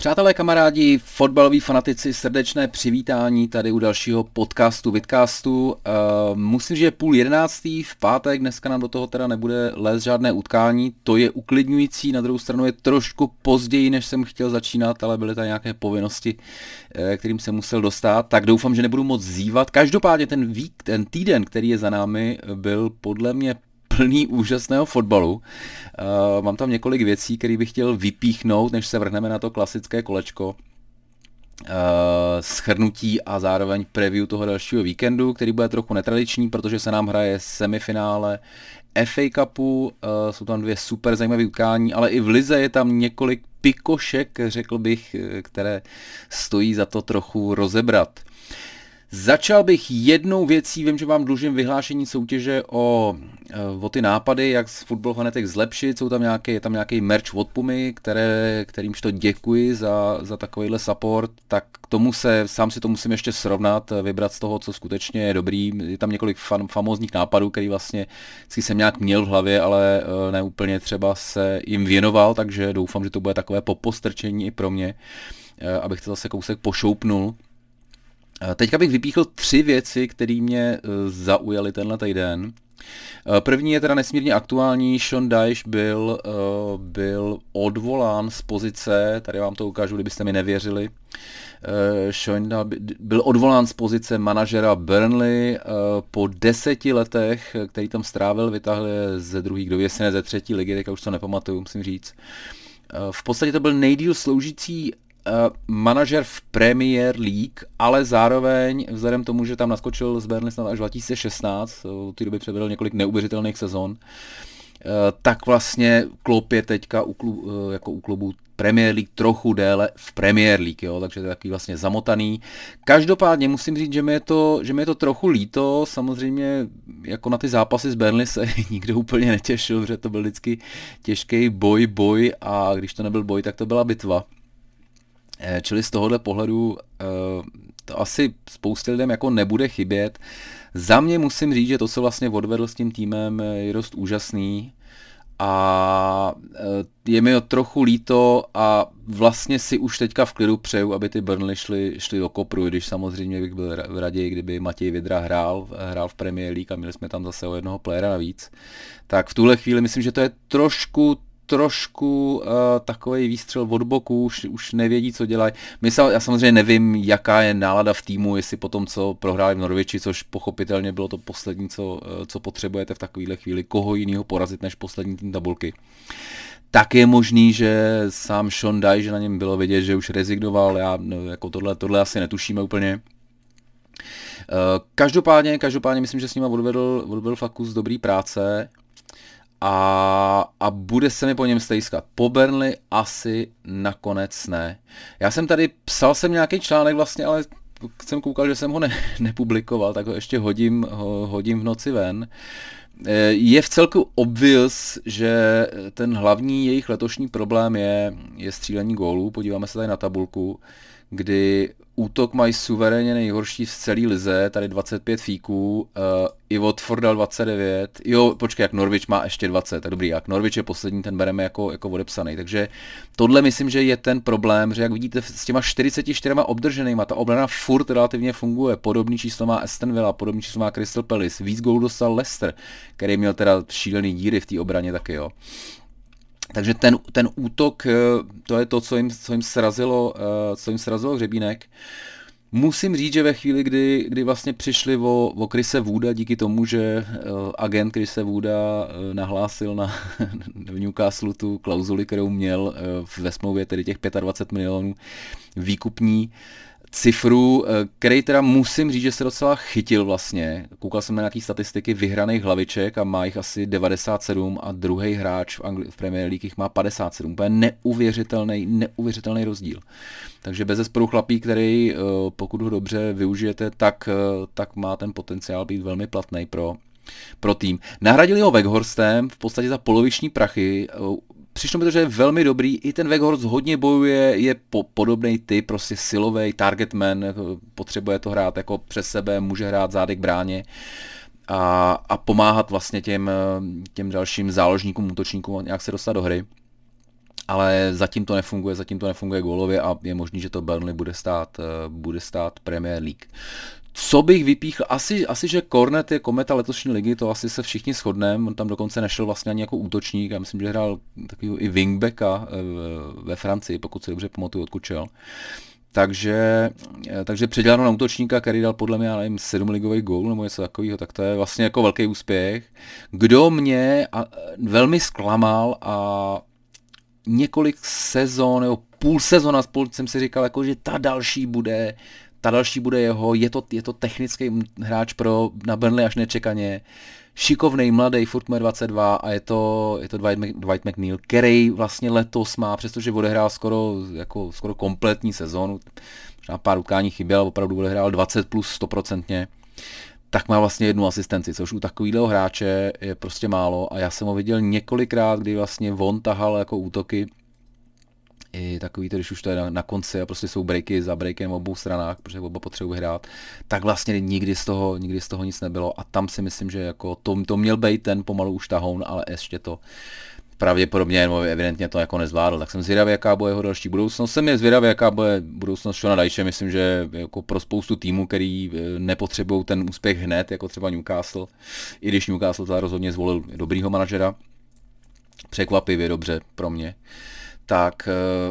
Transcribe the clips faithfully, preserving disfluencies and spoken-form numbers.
Přátelé, kamarádi, fotbaloví fanatici, srdečné přivítání tady u dalšího podcastu, vidcastu. Uh, musím říct, že je půl jedenáctý v pátek, dneska nám do toho teda nebude lézt žádné utkání, to je uklidňující, na druhou stranu je trošku později, než jsem chtěl začínat, ale byly tady nějaké povinnosti, kterým jsem musel dostat, tak doufám, že nebudu moc zívat. Každopádně ten vík, ten týden, který je za námi, byl podle mě plný úžasného fotbalu. Uh, mám tam několik věcí, které bych chtěl vypíchnout, než se vrhneme na to klasické kolečko. Uh, shrnutí a zároveň preview toho dalšího víkendu, který bude trochu netradiční, protože se nám hraje semifinále F A Cupu, uh, jsou tam dvě super zajímavé utkání, ale i v lize je tam několik pikošek, řekl bych, které stojí za to trochu rozebrat. Začal bych jednou věcí, vím, že vám dlužím vyhlášení soutěže o, o ty nápady, jak z Football Fanatic zlepšit, jsou tam nějaký, je tam nějaký merch od Pumy, které, kterýmž to děkuji za, za takovýhle support, tak k tomu se, sám si to musím ještě srovnat, vybrat z toho, co skutečně je dobrý, je tam několik fan, famózních nápadů, který vlastně vždycky jsem nějak měl v hlavě, ale ne úplně třeba se jim věnoval, takže doufám, že to bude takové popostrčení i pro mě, abych to zase kousek pošoupnul. Teďka bych vypíchl tři věci, které mě zaujaly tenhle týden. První je teda nesmírně aktuální, Sean Dyche byl, byl odvolán z pozice, tady vám to ukážu, kdybyste mi nevěřili. Sean byl odvolán z pozice manažera Burnley po deseti letech, který tam strávil, vytáhl ze druhý, kdo jestli ne ze třetí ligy, teďka už to nepamatuju, musím říct. V podstatě to byl nejdýl sloužící Uh, manažer v Premier League, ale zároveň vzhledem tomu, že tam naskočil z Burnley snad až dva tisíce šestnáct, v té době předvedl několik neuvěřitelných sezon, uh, tak vlastně Klopp je teďka u klubu, uh, jako u klubu Premier League trochu déle v Premier League, jo, takže to je takový vlastně zamotaný. Každopádně musím říct, že mi je to, že mi je to trochu líto, samozřejmě jako na ty zápasy z Burnley se nikdo úplně netěšil, protože to byl vždycky těžký boj, boj a když to nebyl boj, tak to byla bitva. Čili z tohohle pohledu to asi spoustě lidem jako nebude chybět. Za mě musím říct, že to, co vlastně odvedl s tím týmem, je dost úžasný a je mi to trochu líto a vlastně si už teďka v klidu přeju, aby ty Burnley šli, šli do kopru, když samozřejmě bych byl raději, kdyby Matěj Vydra hrál, hrál v Premier League a měli jsme tam zase o jednoho playera navíc. Tak v tuhle chvíli myslím, že to je trošku trošku uh, takový výstřel od boku, už, už nevědí, co dělají. My sa, já samozřejmě nevím, jaká je nálada v týmu, jestli po tom, co prohráli v Norwichi, což pochopitelně bylo to poslední, co, uh, co potřebujete v takovéhle chvíli, koho jiného porazit než poslední tým tabulky. Tak je možný, že sám Sean Dyche, že na něm bylo vidět, že už rezignoval, já, no, jako tohle, tohle asi netušíme úplně. Uh, každopádně, každopádně myslím, že s nima odvedl, odvedl fakt kus dobrý práce. A, a bude se mi po něm stejskat. Po Burnley asi nakonec ne. Já jsem tady, psal jsem nějaký článek vlastně, ale jsem koukal, že jsem ho ne, nepublikoval, tak ho ještě hodím, ho, hodím v noci ven. Je v celku obvious, že ten hlavní jejich letošní problém je, je střílení gólů. Podíváme se tady na tabulku, kdy útok mají suverénně nejhorší v celé lize, tady dvacet pět fíků, uh, i Watford dal dvacet devět, jo, počkej, jak Norwich má ještě dvacet, tak dobrý, jak Norwich je poslední, ten bereme jako, jako odepsaný, takže tohle myslím, že je ten problém, že jak vidíte s těma čtyřiceti čtyřmi obdrženýma, ta obrana furt relativně funguje, podobný číslo má Aston Villa, podobný číslo má Crystal Palace, víc gólů dostal Leicester, který měl teda šílený díry v té obraně taky, jo. Takže ten, ten útok, to je to, co jim, co jim srazilo, co jim srazilo hřebínek. Musím říct, že ve chvíli, kdy, kdy vlastně přišli o, o Chrise Wooda, díky tomu, že agent Chrise Wooda nahlásil na v Newcastle tu klauzuli, kterou měl ve smlouvě, tedy těch dvacet pět milionů výkupní cifru, který teda musím říct, že se docela chytil vlastně. Koukal jsem na nějaký statistiky vyhraných hlaviček a má jich asi devadesát sedm a druhý hráč v, Angli- v Premier League jich má padesát sedm. To je neuvěřitelný, neuvěřitelný rozdíl. Takže bezesporu chlapík, který pokud ho dobře využijete, tak, tak má ten potenciál být velmi platný pro, pro tým. Nahradili ho Weghorstem v podstatě za poloviční prachy. Přišlo mi to, že je velmi dobrý, i ten Weghorst hodně bojuje, je po, podobný typ, prostě silový targetman, potřebuje to hrát jako přes sebe, může hrát zády k bráně a, a pomáhat vlastně těm, těm dalším záložníkům, útočníkům nějak se dostat do hry. ale zatím to nefunguje, zatím to nefunguje gólově a je možný, že to Burnley bude stát, bude stát Premier League. Co bych vypíchl, asi, asi že Cornet je kometa letošní ligy, to asi se všichni shodneme, on tam dokonce nešel vlastně ani jako útočník, já myslím, že hrál takovýho i wingbacka ve Francii, pokud se dobře pamatuju, odkud šel. Takže, takže předěláno na útočníka, který dal podle mě, já nevím, sedm ligových gólů nebo něco takového, tak to je vlastně jako velký úspěch. Kdo mě a, velmi zklamal a několik sezon nebo půl sezona spolu jsem si říkal, jako, že ta další bude, ta další bude jeho, je to, je to technický hráč pro na Burnley až nečekaně, šikovnej, mladý, furt má dvacet dva a je to, je to Dwight, Dwight McNeil, který vlastně letos má, přestože odehrál skoro, jako, skoro kompletní sezonu, možná pár utkání chyběl, opravdu odehrál dvacet plus sto procent, tak má vlastně jednu asistenci, což u takového hráče je prostě málo a já jsem ho viděl několikrát, kdy vlastně on tahal jako útoky, i takový to, když už to je na, na konci a prostě jsou breaky za breaky na obou stranách, protože oba potřebují hrát, tak vlastně nikdy z toho, nikdy z toho nic nebylo a tam si myslím, že jako to, to měl být ten pomalu už tahoun, ale ještě to pravděpodobně, no evidentně to jako nezvládl, tak jsem zvědavý, jaká bude jeho další budoucnost. Jsem je zvědavý, jaká bude budoucnost Shona Dyche, myslím, že jako pro spoustu týmů, který nepotřebují ten úspěch hned, jako třeba Newcastle, i když Newcastle teda rozhodně zvolil dobrýho manažera, překvapivě dobře pro mě, tak,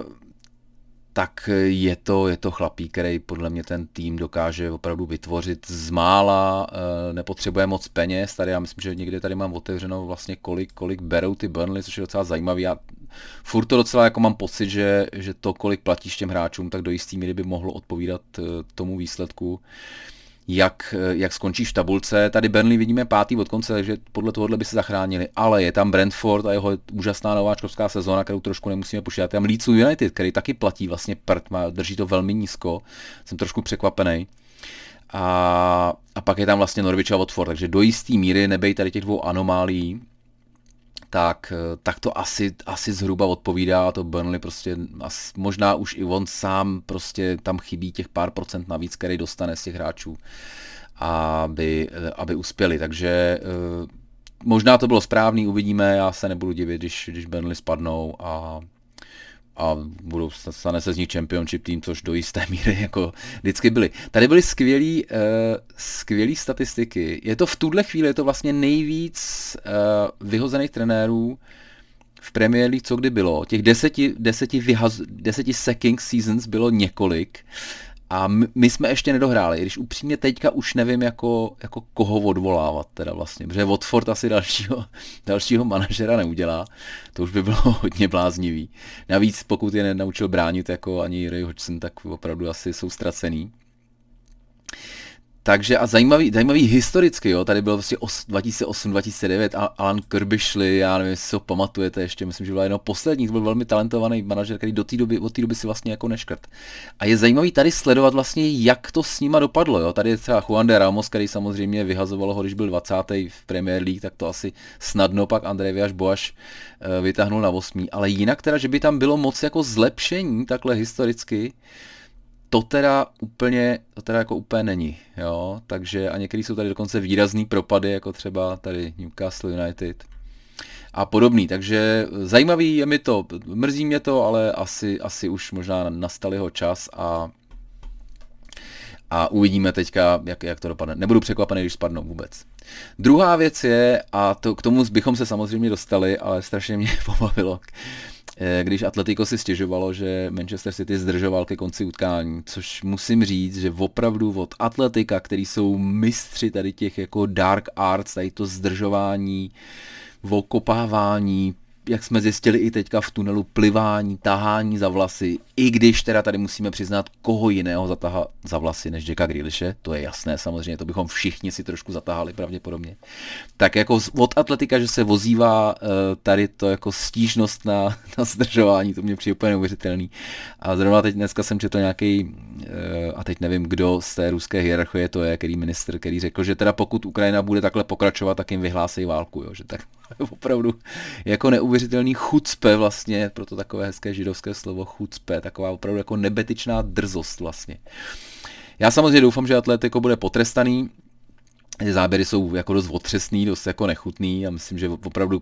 tak je to, je to chlapík, který podle mě ten tým dokáže opravdu vytvořit z mála, nepotřebuje moc peněz, tady já myslím, že někde tady mám otevřeno vlastně kolik, kolik berou ty Burnley, což je docela zajímavý, já furt to docela jako mám pocit, že, že to, kolik platíš těm hráčům, tak do jistý míry by mohlo odpovídat tomu výsledku, jak, jak skončíš v tabulce. Tady Burnley vidíme pátý od konce, takže podle tohohle by se zachránili, ale je tam Brentford a jeho úžasná nováčkovská sezóna, kterou trošku nemusíme počítat. Tam Leeds United, který taky platí vlastně prd, má, drží to velmi nízko, jsem trošku překvapený. A, a pak je tam vlastně Norwich a Watford, takže do jistý míry nebej tady těch dvou anomálí, tak, tak to asi, asi zhruba odpovídá, to Burnley prostě, možná už i on sám prostě tam chybí těch pár procent navíc, který dostane z těch hráčů, aby, aby uspěli, takže možná to bylo správný, uvidíme, já se nebudu divit, když, když Burnley spadnou a a budou, stane se z nich championship tým, což do jisté míry jako vždycky byly. Tady byly skvělý, uh, skvělý statistiky. Je to v tuhle chvíli, je to vlastně nejvíc uh, vyhozených trenérů v Premier League, co kdy bylo. Těch deseti, deseti, vyhaz, deseti sacking seasons bylo několik a my, my jsme ještě nedohráli, když upřímně teďka už nevím, jako, jako koho odvolávat teda vlastně, protože Watford asi dalšího, dalšího manažera neudělá, to už by bylo hodně bláznivý. Navíc pokud je nenaučil bránit jako ani Ray Hodgson, tak opravdu asi jsou ztracený. Takže a zajímavý, zajímavý historicky, jo, tady bylo vlastně dva tisíce osm dva tisíce devět a Alan Kirbyšly, já nevím, jestli si ho pamatujete ještě, myslím, že byl jenom poslední, to byl velmi talentovaný manažer, který do té doby, od té doby si vlastně jako neškrt. A je zajímavý tady sledovat vlastně, jak to s nima dopadlo, jo, tady je třeba Juan de Ramos, který samozřejmě vyhazoval ho, když byl dvacátý v Premier League, tak to asi snadno pak Andrej Viaš Boaš vytáhnul na osmý, ale jinak teda, že by tam bylo moc jako zlepšení, takhle historicky, To teda úplně, to teda jako úplně není, jo, takže a některý jsou tady dokonce výrazný propady, jako třeba tady Newcastle United a podobný, takže zajímavý je mi to, mrzí mě to, ale asi, asi už možná nastal jeho čas a a uvidíme teďka, jak, jak to dopadne. Nebudu překvapený, když spadnou vůbec. Druhá věc je, a to, k tomu bychom se samozřejmě dostali, ale strašně mě pobavilo, když Atletico si stěžovalo, že Manchester City zdržoval ke konci utkání, což musím říct, že opravdu od Atletika, který jsou mistři tady těch jako dark arts, tady to zdržování, okopávání, jak jsme zjistili i teďka v tunelu, plivání, tahání za vlasy, i když teda tady musíme přiznat, koho jiného zatahat za vlasy než Jacka Grealishe, to je jasné samozřejmě, to bychom všichni si trošku zatahali pravděpodobně. Tak jako od Atletika, že se vozívá tady to jako stížnost na, na zdržování, to mě přijde úplně neuvěřitelný. A zrovna teď dneska jsem četl nějaký, a teď nevím, kdo z té ruské hierarchie to je, který ministr, který řekl, že teda pokud Ukrajina bude takhle pokračovat, tak jim vyhlásí válku, jo, že tak opravdu jako neuvěřitelný chucpe vlastně, proto takové hezké židovské slovo chucpe, taková opravdu jako nebetyčná drzost vlastně. Já samozřejmě doufám, že Atletico bude potrestaný, záběry jsou jako dost otřesný, dost jako nechutný a myslím, že opravdu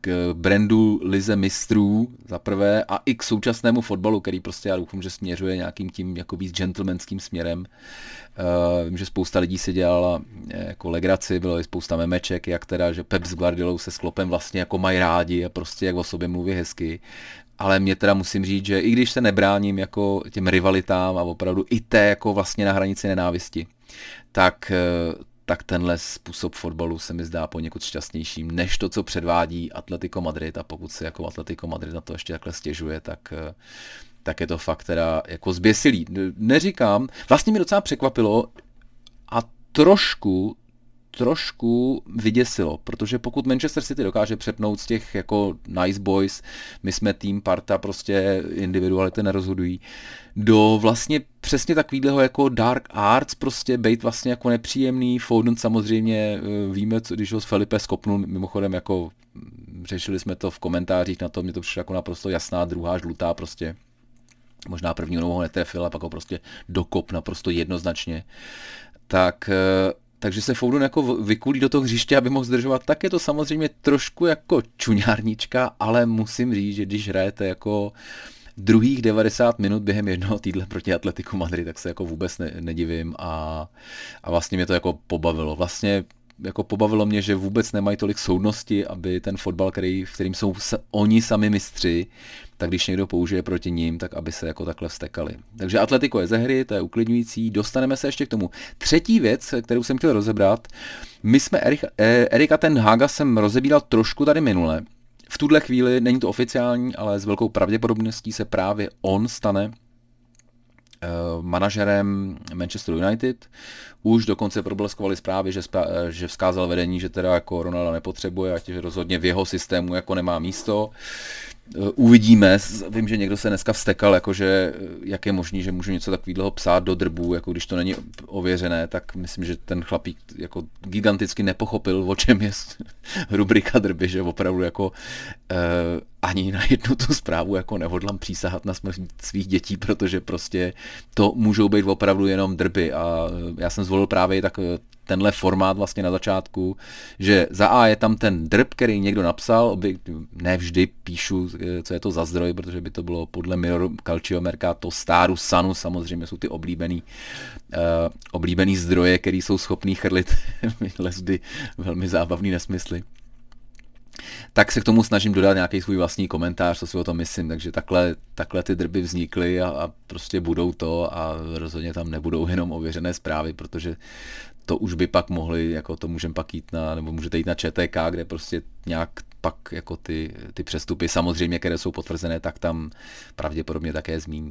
k brandu Lize mistrů za prvé a i k současnému fotbalu, který prostě já doufám, že směřuje nějakým tím jako víc gentlemanským směrem. Uh, vím, že spousta lidí si dělala jako legraci, bylo i spousta memeček, jak teda, že Pep s Guardiolou se s Kloppem vlastně jako mají rádi a prostě jak o sobě mluví hezky. Ale mě teda musím říct, že i když se nebráním jako těm rivalitám a opravdu i té jako vlastně na hranici nenávisti, tak tak tenhle způsob fotbalu se mi zdá poněkud šťastnějším, než to, co předvádí Atletico Madrid, a pokud se jako Atletico Madrid na to ještě takhle stěžuje, tak, tak je to fakt teda jako zběsilý. Neříkám, vlastně mi docela překvapilo a trošku, trošku vyděsilo, protože pokud Manchester City dokáže přepnout z těch jako nice boys, my jsme tým, parta, prostě individuality nerozhodují, do vlastně přesně takovýhleho jako dark arts, prostě bejt vlastně jako nepříjemný. Foden samozřejmě víme, co, když ho s Felipe skopnul, mimochodem jako řešili jsme to v komentářích na to, mě to přišlo jako naprosto jasná druhá žlutá prostě. Možná první nohou netrefil a pak ho prostě dokop naprosto jednoznačně. Tak takže se Foden jako vykulí do toho hřiště, aby mohl zdržovat, tak je to samozřejmě trošku jako čuňárnička, ale musím říct, že když hrajete jako druhých devadesát minut během jednoho týdle proti Atletiku Madrid, tak se jako vůbec ne, nedivím a, a vlastně mě to jako pobavilo. Vlastně jako pobavilo mě, že vůbec nemají tolik soudnosti, aby ten fotbal, který, v kterým jsou s, oni sami mistři, tak když někdo použije proti ním, tak aby se jako takhle vztekali. Takže Atletico je ze hry, to je uklidňující, dostaneme se ještě k tomu. Třetí věc, kterou jsem chtěl rozebrat, my jsme Erika, Erika ten Haga jsem rozebíral trošku tady minule. V tuhle chvíli není to oficiální, ale s velkou pravděpodobností se právě on stane uh, manažerem Manchester United. Už dokonce probleskovali zprávy, že, spra- že vzkázal vedení, že teda jako Ronalda nepotřebuje a že rozhodně v jeho systému jako nemá místo. Uvidíme, vím, že někdo se dneska vztekal, jakože jak je možný, že můžu něco takového psát do drbu, jako když to není ověřené, tak myslím, že ten chlapík jako giganticky nepochopil, o čem je rubrika drby, že opravdu jako eh, ani na jednu tu zprávu jako nehodlám přísahat na smrt svých dětí, protože prostě to můžou být opravdu jenom drby a já jsem zvolil právě tak tenhle formát vlastně na začátku, že za A je tam ten drb, který někdo napsal, oby, ne vždy píšu, co je to za zdroj, protože by to bylo podle Mirror, Calcio Mercato, Staru, Sunu, samozřejmě jsou ty oblíbený, uh, oblíbený zdroje, který jsou schopný chrlit lezdy velmi zábavný nesmysly. Tak se k tomu snažím dodat nějaký svůj vlastní komentář, co si o tom myslím, takže takhle, takhle ty drby vznikly a, a prostě budou to a rozhodně tam nebudou jenom ověřené zprávy, protože to už by pak mohli, jako to můžeme pak jít na, nebo můžete jít na ČTK, kde prostě nějak pak jako ty, ty přestupy samozřejmě, které jsou potvrzené, tak tam pravděpodobně také zmíní.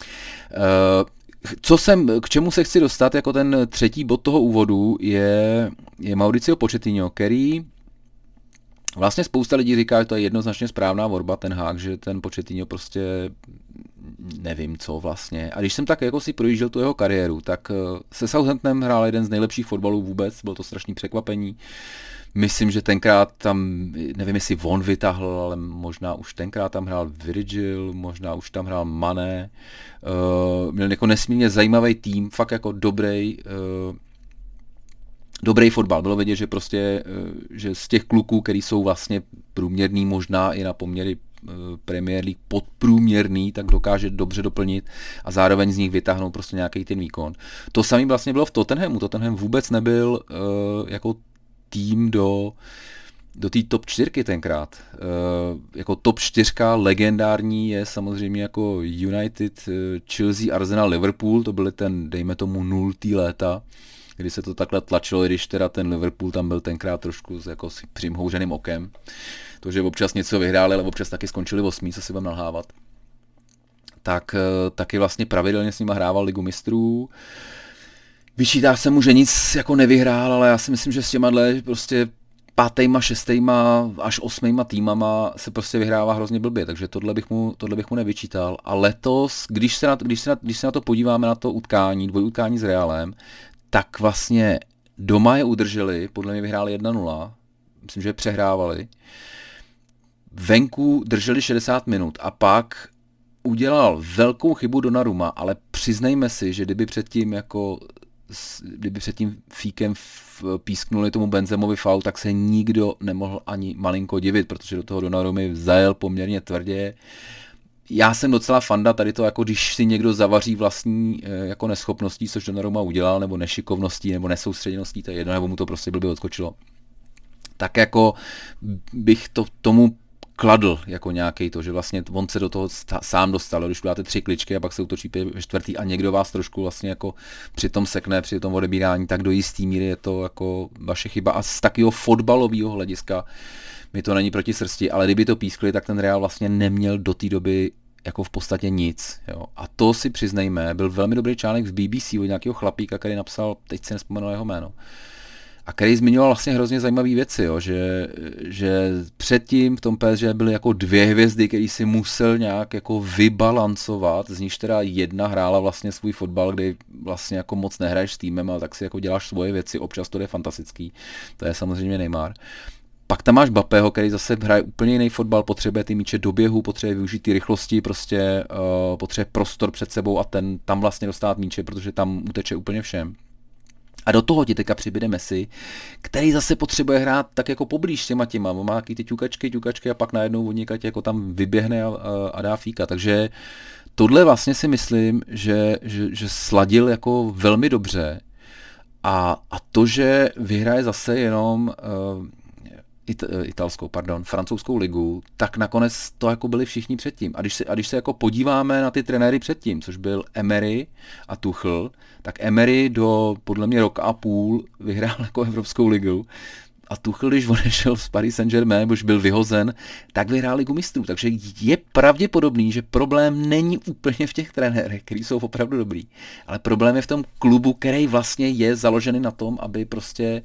Co jsem, k čemu se chci dostat, jako ten třetí bod toho úvodu, je, je Mauricio Pochettino, který vlastně spousta lidí říká, že to je jednoznačně správná volba, ten hák, že ten Pochettino prostě nevím co vlastně. A když jsem tak jako si projížděl tu jeho kariéru, tak se Southamptonem hrál jeden z nejlepších fotbalů vůbec, bylo to strašný překvapení. Myslím, že tenkrát tam, nevím jestli on vytáhl, ale možná už tenkrát tam hrál Virgil, možná už tam hrál Mané. Uh, měl jako nesmírně zajímavý tým, fakt jako dobrý, uh, dobrý fotbal. Bylo vidět, že prostě, uh, že z těch kluků, který jsou vlastně průměrný, možná i na poměry Premier League podprůměrný, tak dokáže dobře doplnit a zároveň z nich vytáhnout prostě nějaký ten výkon. To samé vlastně bylo v Tottenhamu. Tottenham vůbec nebyl uh, jako tým do, do té top čtyřky tenkrát. Uh, jako top čtyřka legendární je samozřejmě jako United, Chelsea, Arsenal, Liverpool, to byly ten, dejme tomu, nultý léta, kdy se to takhle tlačilo, když teda ten Liverpool tam byl tenkrát trošku jako s přimhouřeným okem. To, že občas něco vyhráli, ale občas taky skončili osmý, co si budeme nalhávat. Tak taky vlastně pravidelně s nima hrával Ligu mistrů. Vyčítá se mu, že nic jako nevyhrál, ale já si myslím, že s těma dle prostě pátejma, šestejma až osmejma týmama se prostě vyhrává hrozně blbě, takže tohle bych mu, tohle bych mu nevyčítal. A letos, když se, na, když, se na, když se na to podíváme, na to utkání, dvojutkání s Realem, tak vlastně doma je udrželi, podle mě vyhráli jedna nula, myslím, že je přehrávali. Venku drželi šedesát minut a pak udělal velkou chybu Donnarumma, ale přiznejme si, že kdyby předtím jako kdyby před tím fíkem písknuli tomu Benzemovi faul, tak se nikdo nemohl ani malinko divit, protože do toho Donnarummy zajel poměrně tvrdě. Já jsem docela fanda tady to, jako když si někdo zavaří vlastní jako neschopností, což Donnarumma udělal, nebo nešikovností, nebo nesoustředěností, to je jedno, nebo mu to prostě blbě odskočilo. Tak jako bych to tomu kladl jako nějaký to, že vlastně on se do toho sám dostal, když dáte tři kličky a pak se útočí ve čtvrtý a někdo vás trošku vlastně jako při tom sekne, při tom odebírání, tak do jistý míry je to jako vaše chyba a z takového fotbalového hlediska mi to není proti srsti, ale kdyby to pískli, tak ten Real vlastně neměl do té doby jako v podstatě nic. Jo. A to si přiznejme, byl velmi dobrý článek v B B C od nějakého chlapíka, který napsal, teď si nespomenu jeho jméno, a který zmiňoval vlastně hrozně zajímavé věci, jo, že, že předtím v tom P S G byly jako dvě hvězdy, který si musel nějak jako vybalancovat, z níž teda jedna hrála vlastně svůj fotbal, kdy vlastně jako moc nehraješ s týmem, ale tak si jako děláš svoje věci, občas to je fantastický, to je samozřejmě Neymar. Pak tam máš Mbappého, který zase hraje úplně jiný fotbal, potřebuje ty míče do běhu, potřebuje využít ty rychlosti, prostě uh, potřebuje prostor před sebou a ten tam vlastně dostat míče, protože tam uteče úplně všem. A do toho ti teďka přibyde Messi, který zase potřebuje hrát tak jako poblíž těma těma, má taky ty ťukačky, ťukačky a pak najednou od někaď jako tam vyběhne a, a dá fíka. Takže tohle vlastně si myslím, že, že, že sladil jako velmi dobře a, a to, že vyhraje zase jenom uh, it, italskou, pardon, francouzskou ligu, tak nakonec to jako byli všichni předtím. A když se, a když se jako podíváme na ty trenéry předtím, což byl Emery a Tuchel, tak Emery do podle mě roka a půl vyhrál jako Evropskou ligu a Tuchel, když odešel z Paris Saint-Germain, už byl vyhozen, tak vyhrál ligu mistrů. Takže je pravděpodobný, že problém není úplně v těch trenérech, kteří jsou opravdu dobrý, ale problém je v tom klubu, který vlastně je založený na tom, aby prostě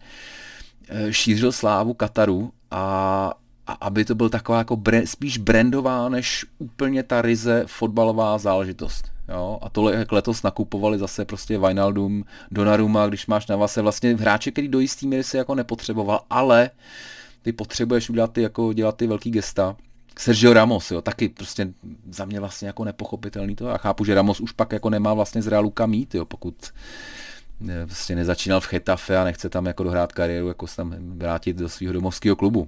šířil slávu Kataru a, a aby to byl taková jako bre, spíš brandová, než úplně ta ryze fotbalová záležitost. Jo? A tohle jak letos nakupovali zase prostě Wijnaldum, Donnarumma, když máš na vase vlastně hráče, který do jistý míry se jako nepotřeboval, ale ty potřebuješ udělat ty, jako dělat ty velký gesta. Sergio Ramos, jo, taky prostě za mě vlastně jako nepochopitelný to. Já chápu, že Ramos už pak jako nemá vlastně z Realu kam jít, jo, pokud vlastně nezačínal v Getafe a nechce tam jako dohrát kariéru, jako se tam vrátit do svého domovského klubu.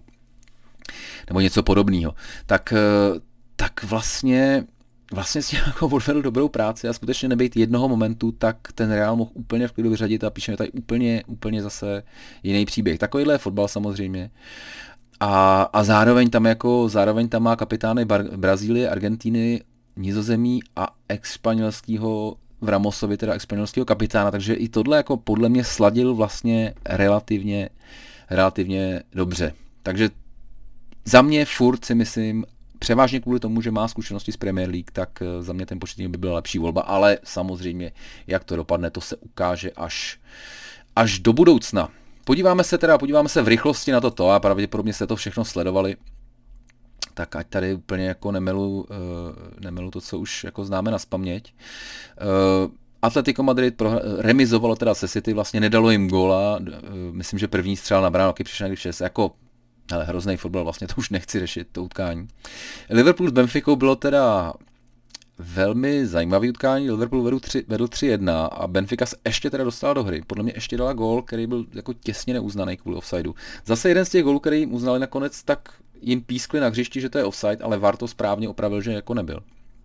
Nebo něco podobného. Tak, tak vlastně, vlastně si jako odvedl dobrou práci a skutečně nebejt jednoho momentu, tak ten Real mohl úplně v klidu vyřadit a píšeme tady úplně, úplně zase jiný příběh. Takovýhle je fotbal samozřejmě. A, a zároveň tam jako, zároveň tam má kapitány Bar- Brazílie, Argentíny, Nizozemí a ex-španělského v Ramosovi, teda španělského kapitána, takže i tohle jako podle mě sladil vlastně relativně, relativně dobře. Takže za mě furt si myslím, převážně kvůli tomu, že má zkušenosti z Premier League, tak za mě ten početní by byla lepší volba, ale samozřejmě, jak to dopadne, to se ukáže až, až do budoucna. Podíváme se teda, podíváme se v rychlosti na toto a pravděpodobně jste to všechno sledovali. Tak ať tady úplně jako nemelu, nemelu to, co už jako známe nazpaměť. Atletico Madrid pro, remizovalo teda se City, vlastně nedalo jim góla, myslím, že první střel na bránu, taky přišel někdy v šest, jako hele, hrozný fotbal, vlastně to už nechci řešit, to utkání. Liverpool s Benficou bylo teda velmi zajímavý utkání, Liverpool vedl, tři, vedl tři jedna a Benfica se ještě teda dostala do hry, podle mě ještě dala gól, který byl jako těsně neuznaný kvůli offsideu. Zase jeden z těch gólů, který jim uznali nakonec, tak jim pískli na hřišti, že to je offside, ale V A R to správně opravil, že jako nebyl.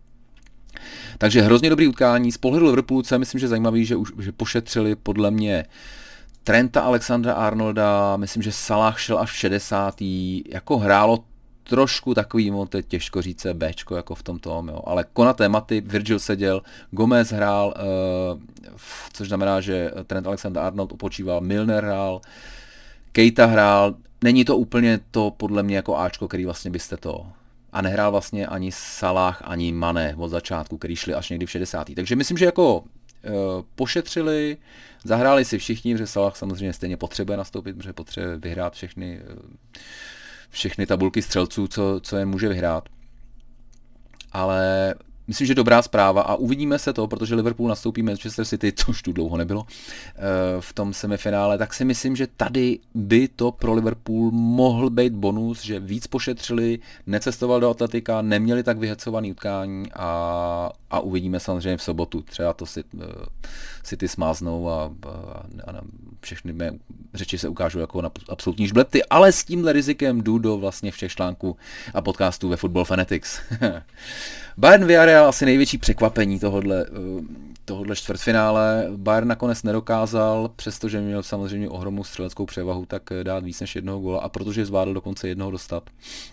Takže hrozně dobrý utkání. Z pohledu Liverpoolu, co je myslím, že zajímavý, že, už, že pošetřili podle mě Trenta Alexandra Arnolda, myslím, že Salah šel až v šedesátý Jako hrálo trošku takový, no, to je těžko říct se Bčko jako v tom tom, jo. Ale Konaté, Matip, Virgil seděl, Gomez hrál, uh, což znamená, že Trent Alexander Arnold opočíval, Milner hrál, Keita hrál, není to úplně to podle mě jako Ačko, který vlastně byste to... A nehrál vlastně ani Salah, ani Mané od začátku, který šli až někdy v šedesátý Takže myslím, že jako e, pošetřili, zahráli si všichni, protože Salah samozřejmě stejně potřebuje nastoupit, protože potřebuje vyhrát všechny, všechny tabulky střelců, co, co je může vyhrát. Ale myslím, že dobrá zpráva a uvidíme se to, protože Liverpool nastoupí Manchester City, což tu dlouho nebylo, v tom semifinále, tak si myslím, že tady by to pro Liverpool mohl být bonus, že víc pošetřili, necestoval do Atletika, neměli tak vyhecovaný utkání a, a uvidíme samozřejmě v sobotu. Třeba to City smáznou a, a, a všechny mé řeči se ukážou jako na absolutní žblety, ale s tímhle rizikem jdu do vlastně všech článků a podcastů ve Football Fanatics. Bayern Villarreal asi největší překvapení tohodle, tohodle čtvrtfinále. Bayern nakonec nedokázal, přestože měl samozřejmě ohromnou střeleckou převahu, tak dát víc než jednoho góla a protože zvládl dokonce jednoho dostat,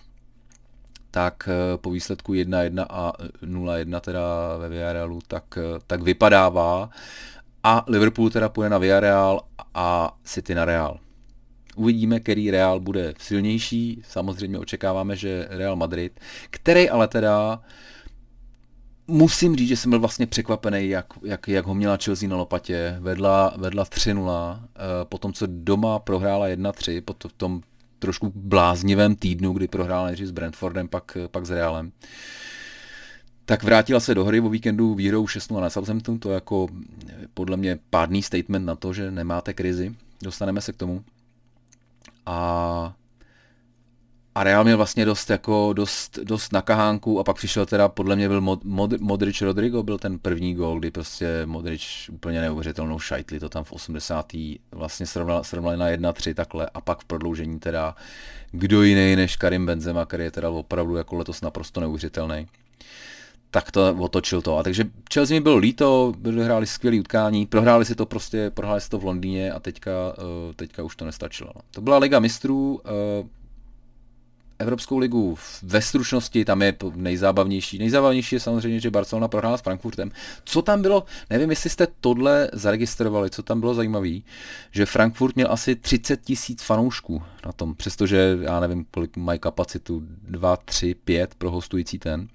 tak po výsledku jedna jedna a nula jedna teda ve Villarrealu, tak, tak vypadává a Liverpool teda půjde na Villarreal a City na Real. Uvidíme, který Real bude silnější, samozřejmě očekáváme, že Real Madrid, který ale teda musím říct, že jsem byl vlastně překvapený, jak, jak, jak ho měla Chelsea na lopatě, vedla, vedla tři nula, potom co doma prohrála jedna tři, po tom trošku bláznivém týdnu, kdy prohrála nejdřív s Brentfordem, pak, pak s Realem. Tak vrátila se do hry o víkendu výhrou šest nula na Southampton, to jako podle mě pádný statement na to, že nemáte krizi, dostaneme se k tomu. A, a Real měl vlastně dost, jako, dost, dost na kahánku a pak přišel teda, podle mě byl Mod, Mod, Modric Rodrigo, byl ten první gól, kdy prostě Modric úplně neuvěřitelnou šajtli, to tam v osmdesátém vlastně srovnali srovnal na jedna tři takhle a pak v prodloužení teda kdo jiný než Karim Benzema, který je teda opravdu jako letos naprosto neuvěřitelný. Tak to otočil to. A takže Chelsea mi bylo líto, hráli skvělý utkání, prohráli si to prostě, prohráli si to v Londýně a teďka, teďka už to nestačilo. To byla Liga mistrů, Evropskou ligu ve stručnosti, tam je nejzábavnější. Nejzábavnější je samozřejmě, že Barcelona prohrála s Frankfurtem. Co tam bylo, nevím, jestli jste tohle zaregistrovali, co tam bylo zajímavé, že Frankfurt měl asi třicet tisíc fanoušků na tom, přestože já nevím, kolik mají kapacitu, dva, tři, pět pro hostující ten.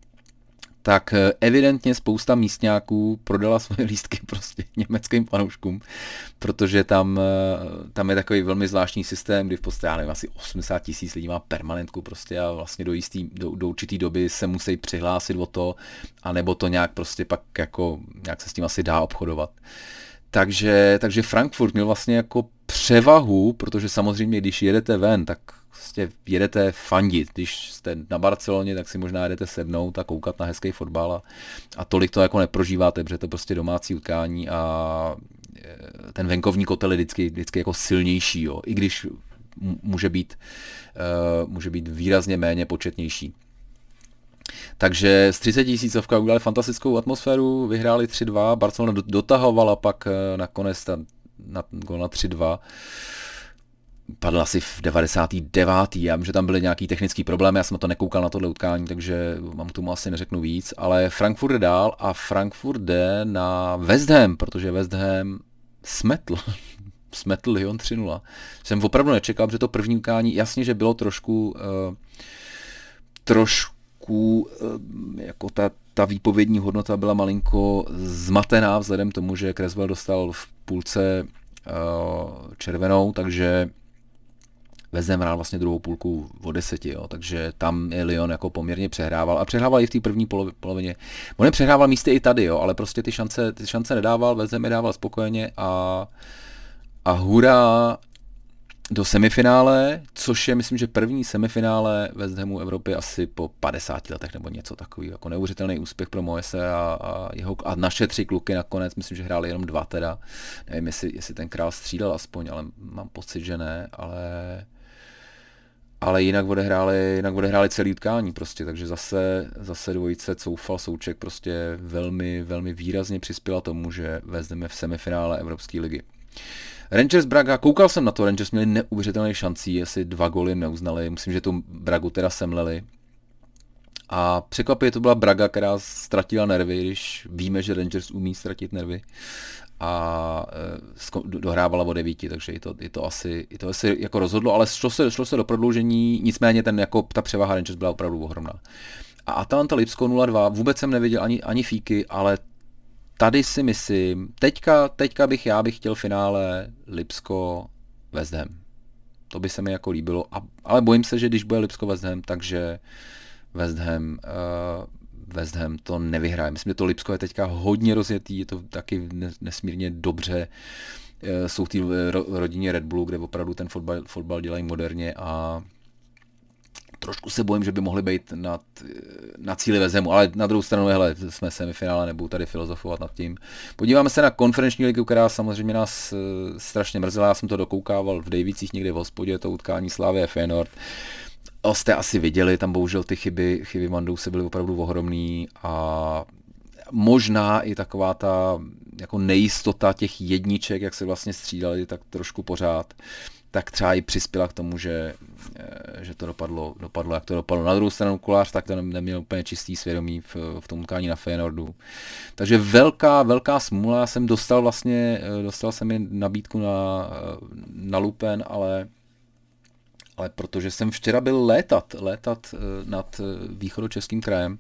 Tak evidentně spousta místňáků prodala svoje lístky prostě německým fanouškům, protože tam, tam je takový velmi zvláštní systém, kdy v podstatě, já nevím, asi osmdesát tisíc lidí má permanentku prostě a vlastně do, jistý, do, do určitý doby se musí přihlásit o to, anebo to nějak prostě pak jako, nějak se s tím asi dá obchodovat. Takže, takže Frankfurt měl vlastně jako převahu, protože samozřejmě, když jedete ven, tak prostě jedete fandit. Když jste na Barceloně, tak si možná jedete sednout a koukat na hezký fotbal a, a tolik to jako neprožíváte, protože to prostě domácí utkání a ten venkovní kotel je vždycky, vždycky jako silnější, jo, i když může být, uh, může být výrazně méně početnější. Takže z třicet tisícovka udělali fantastickou atmosféru, vyhráli tři dva, Barcelona dotahovala pak nakonec ta, na, na tři dva. Padl asi v devadesátém devátém Já vím, že tam byly nějaký technický problémy, já jsem to nekoukal na tohle utkání, takže vám k tomu asi neřeknu víc, ale Frankfurt jde dál a Frankfurt jde na West Ham, protože West Ham smetl, smetl Lyon tři nula. Jsem opravdu nečekal, že to první utkání, jasně, že bylo trošku, uh, trošku, uh, jako ta, ta výpovědní hodnota byla malinko zmatená vzhledem tomu, že Cresswell dostal v půlce uh, červenou, takže West Ham hrál vlastně druhou půlku o deseti, jo, takže tam je Lyon jako poměrně přehrával a přehrával i v té první polovině. On je přehrával místy i tady, jo, ale prostě ty šance, ty šance nedával, West Ham je dával spokojeně a, a hurá do semifinále, což je, myslím, že první semifinále West Hamu Evropy asi po padesáti letech nebo něco takového, jako neuvěřitelný úspěch pro Moyese a, a, jeho, a naše tři kluky nakonec, myslím, že hráli jenom dva teda, nevím, jestli, jestli ten král střídal aspoň, ale mám pocit, že ne, ale ale jinak odehráli, jinak odehráli celý utkání prostě, takže zase, zase dvojice Coufal, Souček prostě velmi, velmi výrazně přispěla tomu, že West Ham je v semifinále Evropské ligy. Rangers Braga, koukal jsem na to, Rangers měli neuvěřitelné šancí, asi dva góly neuznali, myslím, že tu Bragu teda semleli. A překvapivě to byla Braga, která ztratila nervy, když víme, že Rangers umí ztratit nervy a dohrávala o devíti, takže i to, i to asi, i to asi jako rozhodlo, ale šlo se, šlo se do prodloužení, nicméně ten, jako, ta převaha Rangers byla opravdu ohromná. A Atalanta Lipsko nula dva, vůbec jsem neviděl ani, ani fíky, ale tady si myslím, teďka, teďka bych já bych chtěl finále Lipsko West Ham. To by se mi jako líbilo, a, ale bojím se, že když bude Lipsko West Ham, takže West Ham uh, West Ham to nevyhraje. Myslím, že to Lipsko je teďka hodně rozjetý, je to taky nesmírně dobře. Jsou ty rodině Red Bullu, kde opravdu ten fotbal, fotbal dělají moderně a trošku se bojím, že by mohli být nad, na cíli West Hamu, ale na druhou stranu, hele, jsme semifinále, nebudu tady filozofovat nad tím. Podíváme se na konferenční ligu, která samozřejmě nás strašně mrzela, já jsem to dokoukával v Davicích někde v hospodě, to utkání Slavie Feyenoord. O, jste asi viděli, tam bohužel ty chyby, chyby Mandouse byly opravdu ohromný a možná i taková ta jako nejistota těch jedniček, jak se vlastně střídali, tak trošku pořád, tak třeba i přispěla k tomu, že, že to dopadlo, dopadlo, jak to dopadlo. Na druhou stranu Kolář tak to neměl úplně čistý svědomí v, v tom utkání na Feyenoordu. Takže velká, velká smůla, já jsem dostal vlastně, dostal jsem jen nabídku na, na Lupen, ale ale protože jsem včera byl létat, létat nad východočeským krajem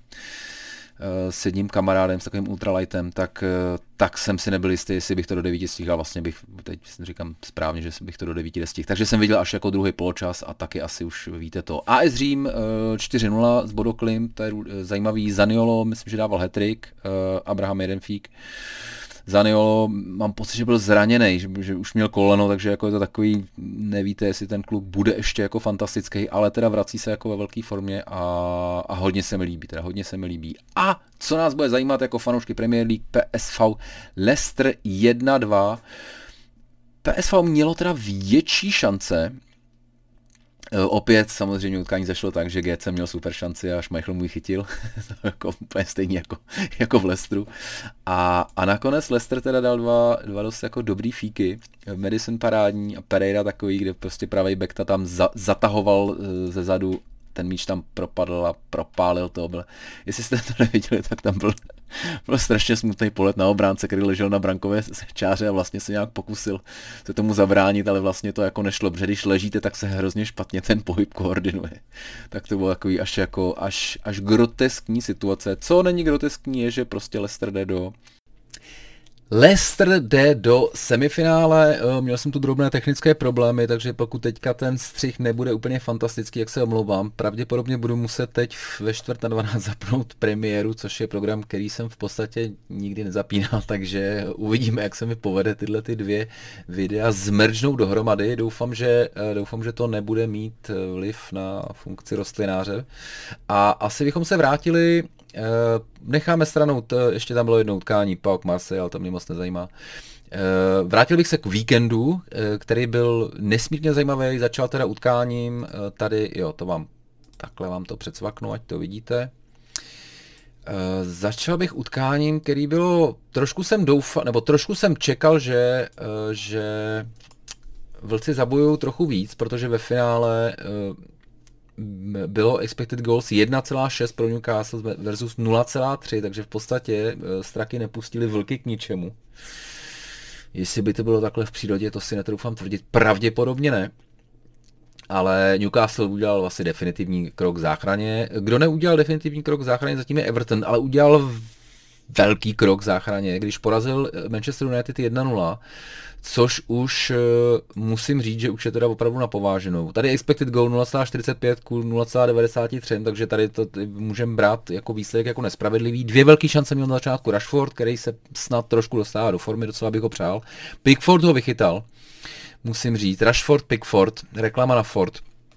s jedním kamarádem, s takovým ultralightem, tak, tak jsem si nebyl jistý, jestli bych to do devíti stihl a vlastně bych, teď říkám správně, že bych to do devíti nestihl. Takže jsem viděl až jako druhý poločas a taky asi už víte to. A S Řím čtyři nula s Bodoklim, to je zajímavý. Zaniolo, myslím, že dával hat-trick, Abraham Jedenfík. Zaniolo, mám pocit, že byl zraněný, že, že už měl koleno, takže jako je to takový, nevíte, jestli ten kluk bude ještě jako fantastický, ale teda vrací se jako ve velké formě a, a hodně se mi líbí, teda hodně se mi líbí. A co nás bude zajímat jako fanoušky Premier League, P S V Leicester jedna dva. P S V mělo teda větší šance. Opět samozřejmě utkání zašlo tak, že G C měl super šanci a Schmeichel mu ji chytil, jako úplně stejně jako, jako v Leicesteru. A, a nakonec Leicester teda dal dva, dva dost jako dobrý fíky, Madison parádní a Pereira takový, kde prostě pravej back ta tam za, zatahoval ze zadu, ten míč tam propadl a propálil to. Byl. Jestli jste to neviděli, tak tam byl, byl strašně smutný pohled na obránce, který ležel na brankové čáře a vlastně se nějak pokusil se tomu zabránit, ale vlastně to jako nešlo, protože když ležíte, tak se hrozně špatně ten pohyb koordinuje. Tak to bylo takový až jako až, až groteskní situace. Co není groteskní je, že prostě Leicester jde do Leicester jde do semifinále, měl jsem tu drobné technické problémy, takže pokud teďka ten střih nebude úplně fantastický, jak se omlouvám, pravděpodobně budu muset teď ve čtvrt na dvanáct zapnout premiéru, což je program, který jsem v podstatě nikdy nezapínal, takže uvidíme, jak se mi povede tyhle ty dvě videa zmeržnout dohromady. Doufám, že, doufám, že to nebude mít vliv na funkci rostlináře. A asi bychom se vrátili. Necháme stranou, to, ještě tam bylo jedno utkání, P A O K Marseille, ale to mě moc nezajímá. Vrátil bych se k víkendu, který byl nesmírně zajímavý, začal teda utkáním, tady, jo, to vám, takhle vám to předsvaknu, ať to vidíte. Začal bych utkáním, který bylo, trošku jsem doufal, nebo trošku jsem čekal, že, že Vlci zabojujou trochu víc, protože ve finále bylo expected goals jedna celá šest pro Newcastle versus nula celá tři, takže v podstatě Straky nepustili Vlky k ničemu. Jestli by to bylo takhle v přírodě, to si netroufám tvrdit, pravděpodobně ne. Ale Newcastle udělal vlastně definitivní krok k záchraně. Kdo neudělal definitivní krok k záchraně, zatím je Everton, ale udělal velký krok k záchraně, když porazil Manchester United jedna nula, což už musím říct, že už je teda opravdu na pováženou. Tady expected goal nula celá čtyřicet pět ku nula celá devadesát tři, takže tady to můžeme brát jako výsledek jako nespravedlivý. Dvě velké šance měl na začátku Rashford, který se snad trošku dostává do formy, docela bych ho přál. Pickford ho vychytal, musím říct. Rashford, Pickford, reklama na Ford.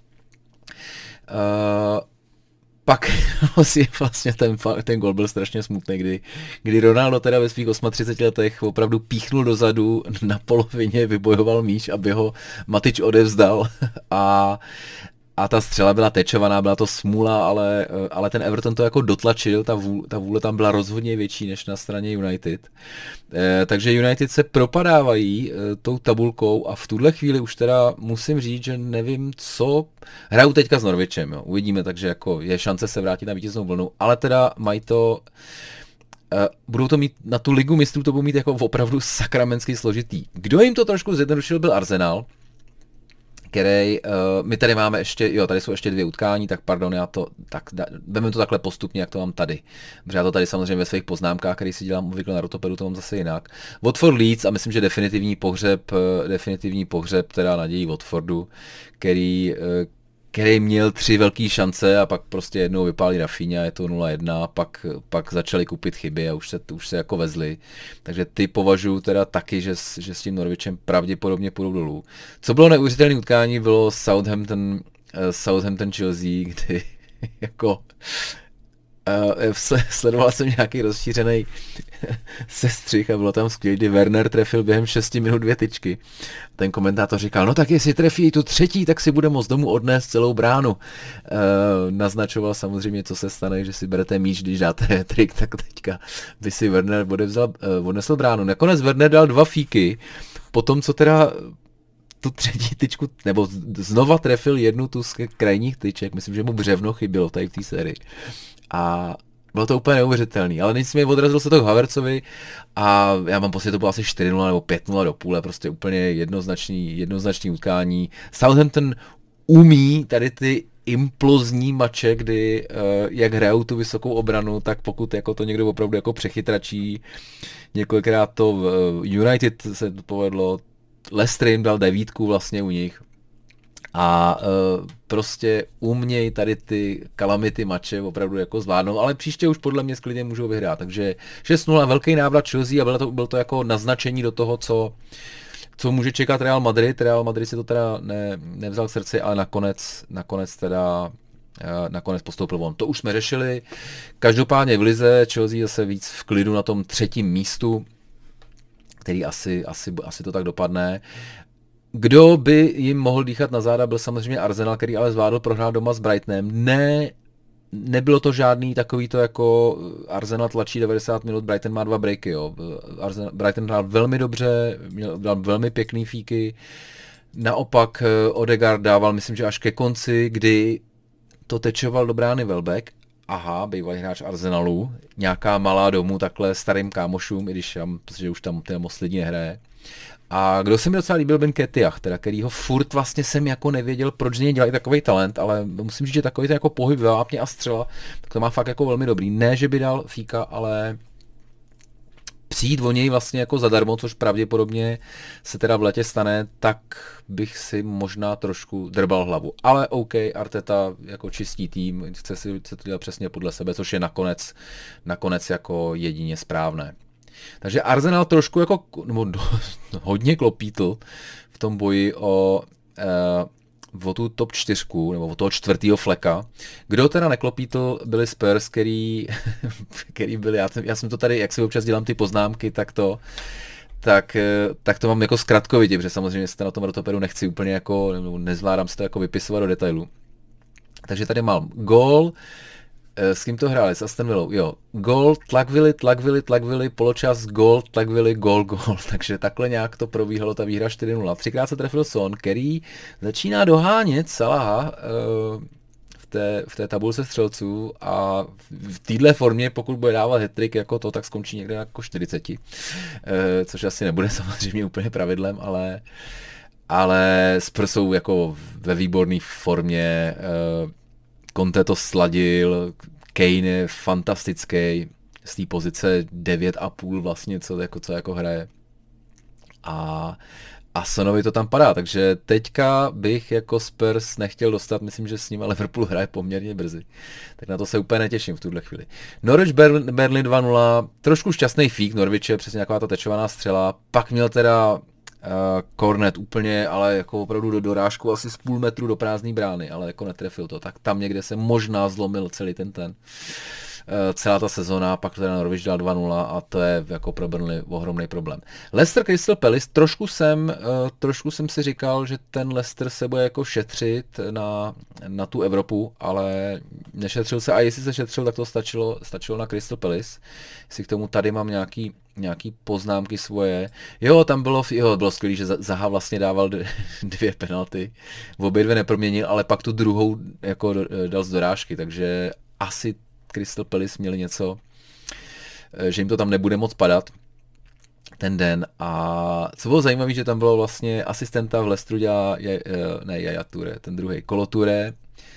Uh, Pak vlastně ten, ten gol byl strašně smutný, kdy, kdy Ronaldo teda ve svých třiceti osmi letech opravdu píchnul dozadu, na polovině vybojoval míč, aby ho Matič odevzdal a, a ta střela byla tečovaná, byla to smůla, ale, ale ten Everton to jako dotlačil, ta vůle, ta vůle tam byla rozhodně větší než na straně United. E, takže United se propadávají e, tou tabulkou a v tuhle chvíli už teda musím říct, že nevím co, hrajou teďka s Norwičem, jo. Uvidíme, takže jako je šance se vrátit na vítěznou vlnu, ale teda mají to, e, budou to mít, na tu ligu mistrů to budou mít jako opravdu sakramensky složitý. Kdo jim to trošku zjednodušil, byl Arsenal, který, uh, my tady máme ještě, jo, tady jsou ještě dvě utkání, tak pardon, já to, tak vezmeme to takhle postupně, jak to mám tady. Protože já to tady samozřejmě ve svých poznámkách, který si dělám obvykle na Rotopedu, to mám zase jinak. Watford Leeds a myslím, že definitivní pohřeb, definitivní pohřeb teda nadějí Watfordu, který, který měl tři velké šance a pak prostě jednou vypálí Rafinha a je to nula jedna, pak, pak začali kupit chyby a už se, už se jako vezli. Takže ty považuji teda taky, že, že s tím Norwichem pravděpodobně půjdou dolů. Co bylo neuvěřitelné utkání, bylo Southampton, uh, Southampton Chelsea, kdy jako Uh, sledoval jsem nějaký rozšířený sestřih a bylo tam skvělý, kdy Werner trefil během šesti minut dvě tyčky. Ten komentátor říkal, no tak jestli trefí tu třetí, tak si bude moct domů odnést celou bránu. Uh, naznačoval samozřejmě, co se stane, že si berete míč, když dáte trik, tak teďka by si Werner odevzal, uh, odnesl bránu. Nakonec Werner dal dva fíky, potom co teda tu třetí tyčku, nebo znova trefil jednu tu z krajních tyček, myslím, že mu břevno chybělo tady v té sérii. A bylo to úplně neuvěřitelný, ale nicméně odrazil se to k Havertzovi a já mám pocit, že to bylo asi čtyři nula nebo pět nula do půle, prostě úplně jednoznačný, jednoznačný utkání. Southampton umí tady ty implozní mače, kdy uh, jak hrajou tu vysokou obranu, tak pokud jako to někdo opravdu jako přechytračí, několikrát to uh, United se to povedlo, Leicester jim dal devítku vlastně u nich. A uh, prostě umějí tady ty kalamity mače opravdu jako zvládnou, ale příště už podle mě sklidně můžou vyhrát. Takže šest nula, velký návrat Chelsea a bylo to, bylo to jako naznačení do toho, co, co může čekat Real Madrid. Real Madrid si to teda ne, nevzal k srdci, ale nakonec, nakonec teda uh, nakonec postoupil on. To už jsme řešili. Každopádně v lize Chelsea zase víc v klidu na tom třetím místu, který asi, asi, asi to tak dopadne. Kdo by jim mohl dýchat na záda, byl samozřejmě Arsenal, který ale zvládl prohrát doma s Brightonem. Ne, nebylo to žádný takový to jako Arsenal tlačí devadesát minut, Brighton má dva breaky, jo. Arsenal, Brighton hrál velmi dobře, měl, dal velmi pěkný fíky. Naopak Odegaard dával, myslím, že až ke konci, kdy to tečoval do brány Welbeck. Aha, bývalý hráč Arsenalu, nějaká malá domů takhle starým kámošům, i když tam, protože už tam ten moc lidí nehraje. A kdo se mi docela líbil, Ben Ketiach, teda, kterýho furt vlastně jsem jako nevěděl, proč z něj dělají takový talent, ale musím říct, že takový ten jako pohyb vápně a střela, tak to má fakt jako velmi dobrý. Ne, že by dal fíka, ale přijít o něj vlastně jako zadarmo, což pravděpodobně se teda v letě stane, tak bych si možná trošku drbal hlavu. Ale OK, Arteta jako čistý tým, chce si chce to dělat přesně podle sebe, což je nakonec, nakonec jako jedině správné. Takže Arsenal trošku jako no, hodně klopítl v tom boji o, eh, o tu top čtyřku, nebo o toho čtvrtýho fleka. Kdo teda neklopítl, byli Spurs, který, který byli, já jsem, já jsem to tady, jak si občas dělám ty poznámky, tak to, tak, tak to mám jako zkratkovitě, protože samozřejmě se na tom rotoperu nechci úplně jako, nezvládám se to jako vypisovat do detailu. Takže tady mám gól. S kým to hráli? S Aston Villou. Jo. Gól, tlakvili, tlakvili, tlakvili, poločas, gól, tlakvili, gól, gól. Takže takhle nějak to probíhalo, ta výhra čtyři nula. Třikrát se trefil Son, který začíná dohánět Salaha uh, v té, v té tabulce střelců a v téhle formě, pokud bude dávat hat-trick jako to, tak skončí někde jako čtyřicet. Uh, což asi nebude samozřejmě úplně pravidlem, ale, ale Spurs jsou jako ve výborné formě. Uh, Conte to sladil, Kane je fantastický, z té pozice devět a půl vlastně, co jako, co jako hraje. A, a Sonovi to tam padá, takže teďka bych jako Spurs nechtěl dostat, myslím, že s ním Liverpool hraje poměrně brzy. Tak na to se úplně netěším v tuhle chvíli. Norwich Burnley dva nula, trošku šťastný fík Norwiche, přesně taková ta tečovaná střela, pak měl teda Uh, Cornet úplně, ale jako opravdu do dorážku asi z půl metru do prázdné brány, ale jako netrefil to, tak tam někde se možná zlomil celý ten ten. Uh, celá ta sezona, pak teda Norwich dal dva nula a to je jako pro Burnley ohromný problém. Leicester Crystal Palace, trošku jsem, uh, trošku jsem si říkal, že ten Leicester se bude jako šetřit na, na tu Evropu, ale nešetřil se a jestli se šetřil, tak to stačilo, stačilo na Crystal Palace. Jestli k tomu tady mám nějaký nějaký poznámky svoje. Jo, tam bylo, jo, bylo skvělý, že Zaha vlastně dával dvě penalty. V obě dvě neproměnil, ale pak tu druhou jako dal z dorážky, takže asi Crystal Palace měli něco, že jim to tam nebude moc padat ten den. A co bylo zajímavé, že tam bylo vlastně asistenta v Leicesteru dělá, ne Yaya Touré, ten druhý Kolo Touré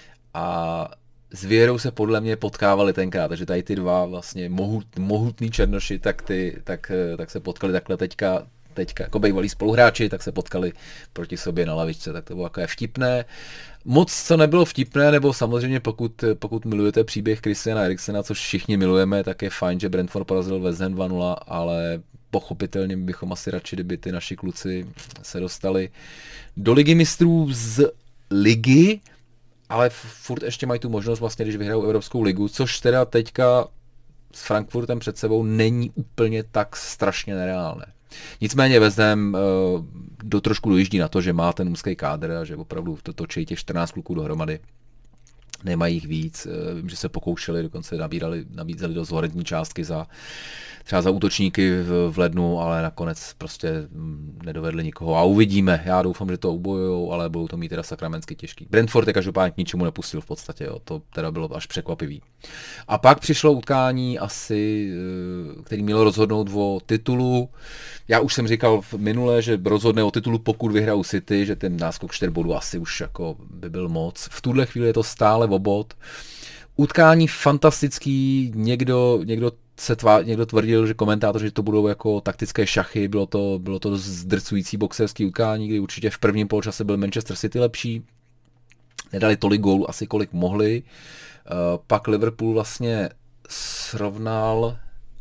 a s Věrou se podle mě potkávali tenkrát, takže tady ty dva vlastně mohut, mohutný černoši, tak, ty, tak, tak se potkali takhle teďka. teďka jako bývalí spoluhráči, tak se potkali proti sobě na lavičce, tak to bylo jako vtipné. Moc, co nebylo vtipné, nebo samozřejmě pokud, pokud milujete příběh Christiana Eriksena, což všichni milujeme, tak je fajn, že Brentford porazil West Ham dva nula, ale pochopitelně bychom asi radši, kdyby ty naši kluci se dostali do ligy mistrů z ligy, ale furt ještě mají tu možnost vlastně, když vyhrajou Evropskou ligu, což teda teďka s Frankfurtem před sebou není úplně tak strašně nereálné. Nicméně West Ham uh, do trošku dojíždí na to, že má ten úzký kádr a že opravdu to točí těch čtrnáct kluků dohromady. Nemají jich víc, vím, že se pokoušeli, dokonce nabírali, nabízeli dost horentní částky za třeba za útočníky v, v lednu, ale nakonec prostě nedovedli nikoho a uvidíme. Já doufám, že to ubojujou, ale budou to mít teda sakramensky těžký. Brentford je každopádně k ničemu nepustil v podstatě, jo. To teda bylo až překvapivý. A pak přišlo utkání asi, který mělo rozhodnout o titulu. Já už jsem říkal v minule, že rozhodne o titulu, pokud vyhrajou City, že ten náskok čtyři bodů asi už jako by byl moc. V tuhle chvíli je to stále o bod. Utkání fantastický, někdo, někdo se tvá, někdo tvrdil, že komentátoři, že to budou jako taktické šachy, bylo to, bylo to zdrcující boxerský utkání, kdy určitě v prvním poločase byl Manchester City lepší, nedali tolik gólů asi kolik mohli, uh, pak Liverpool vlastně srovnal,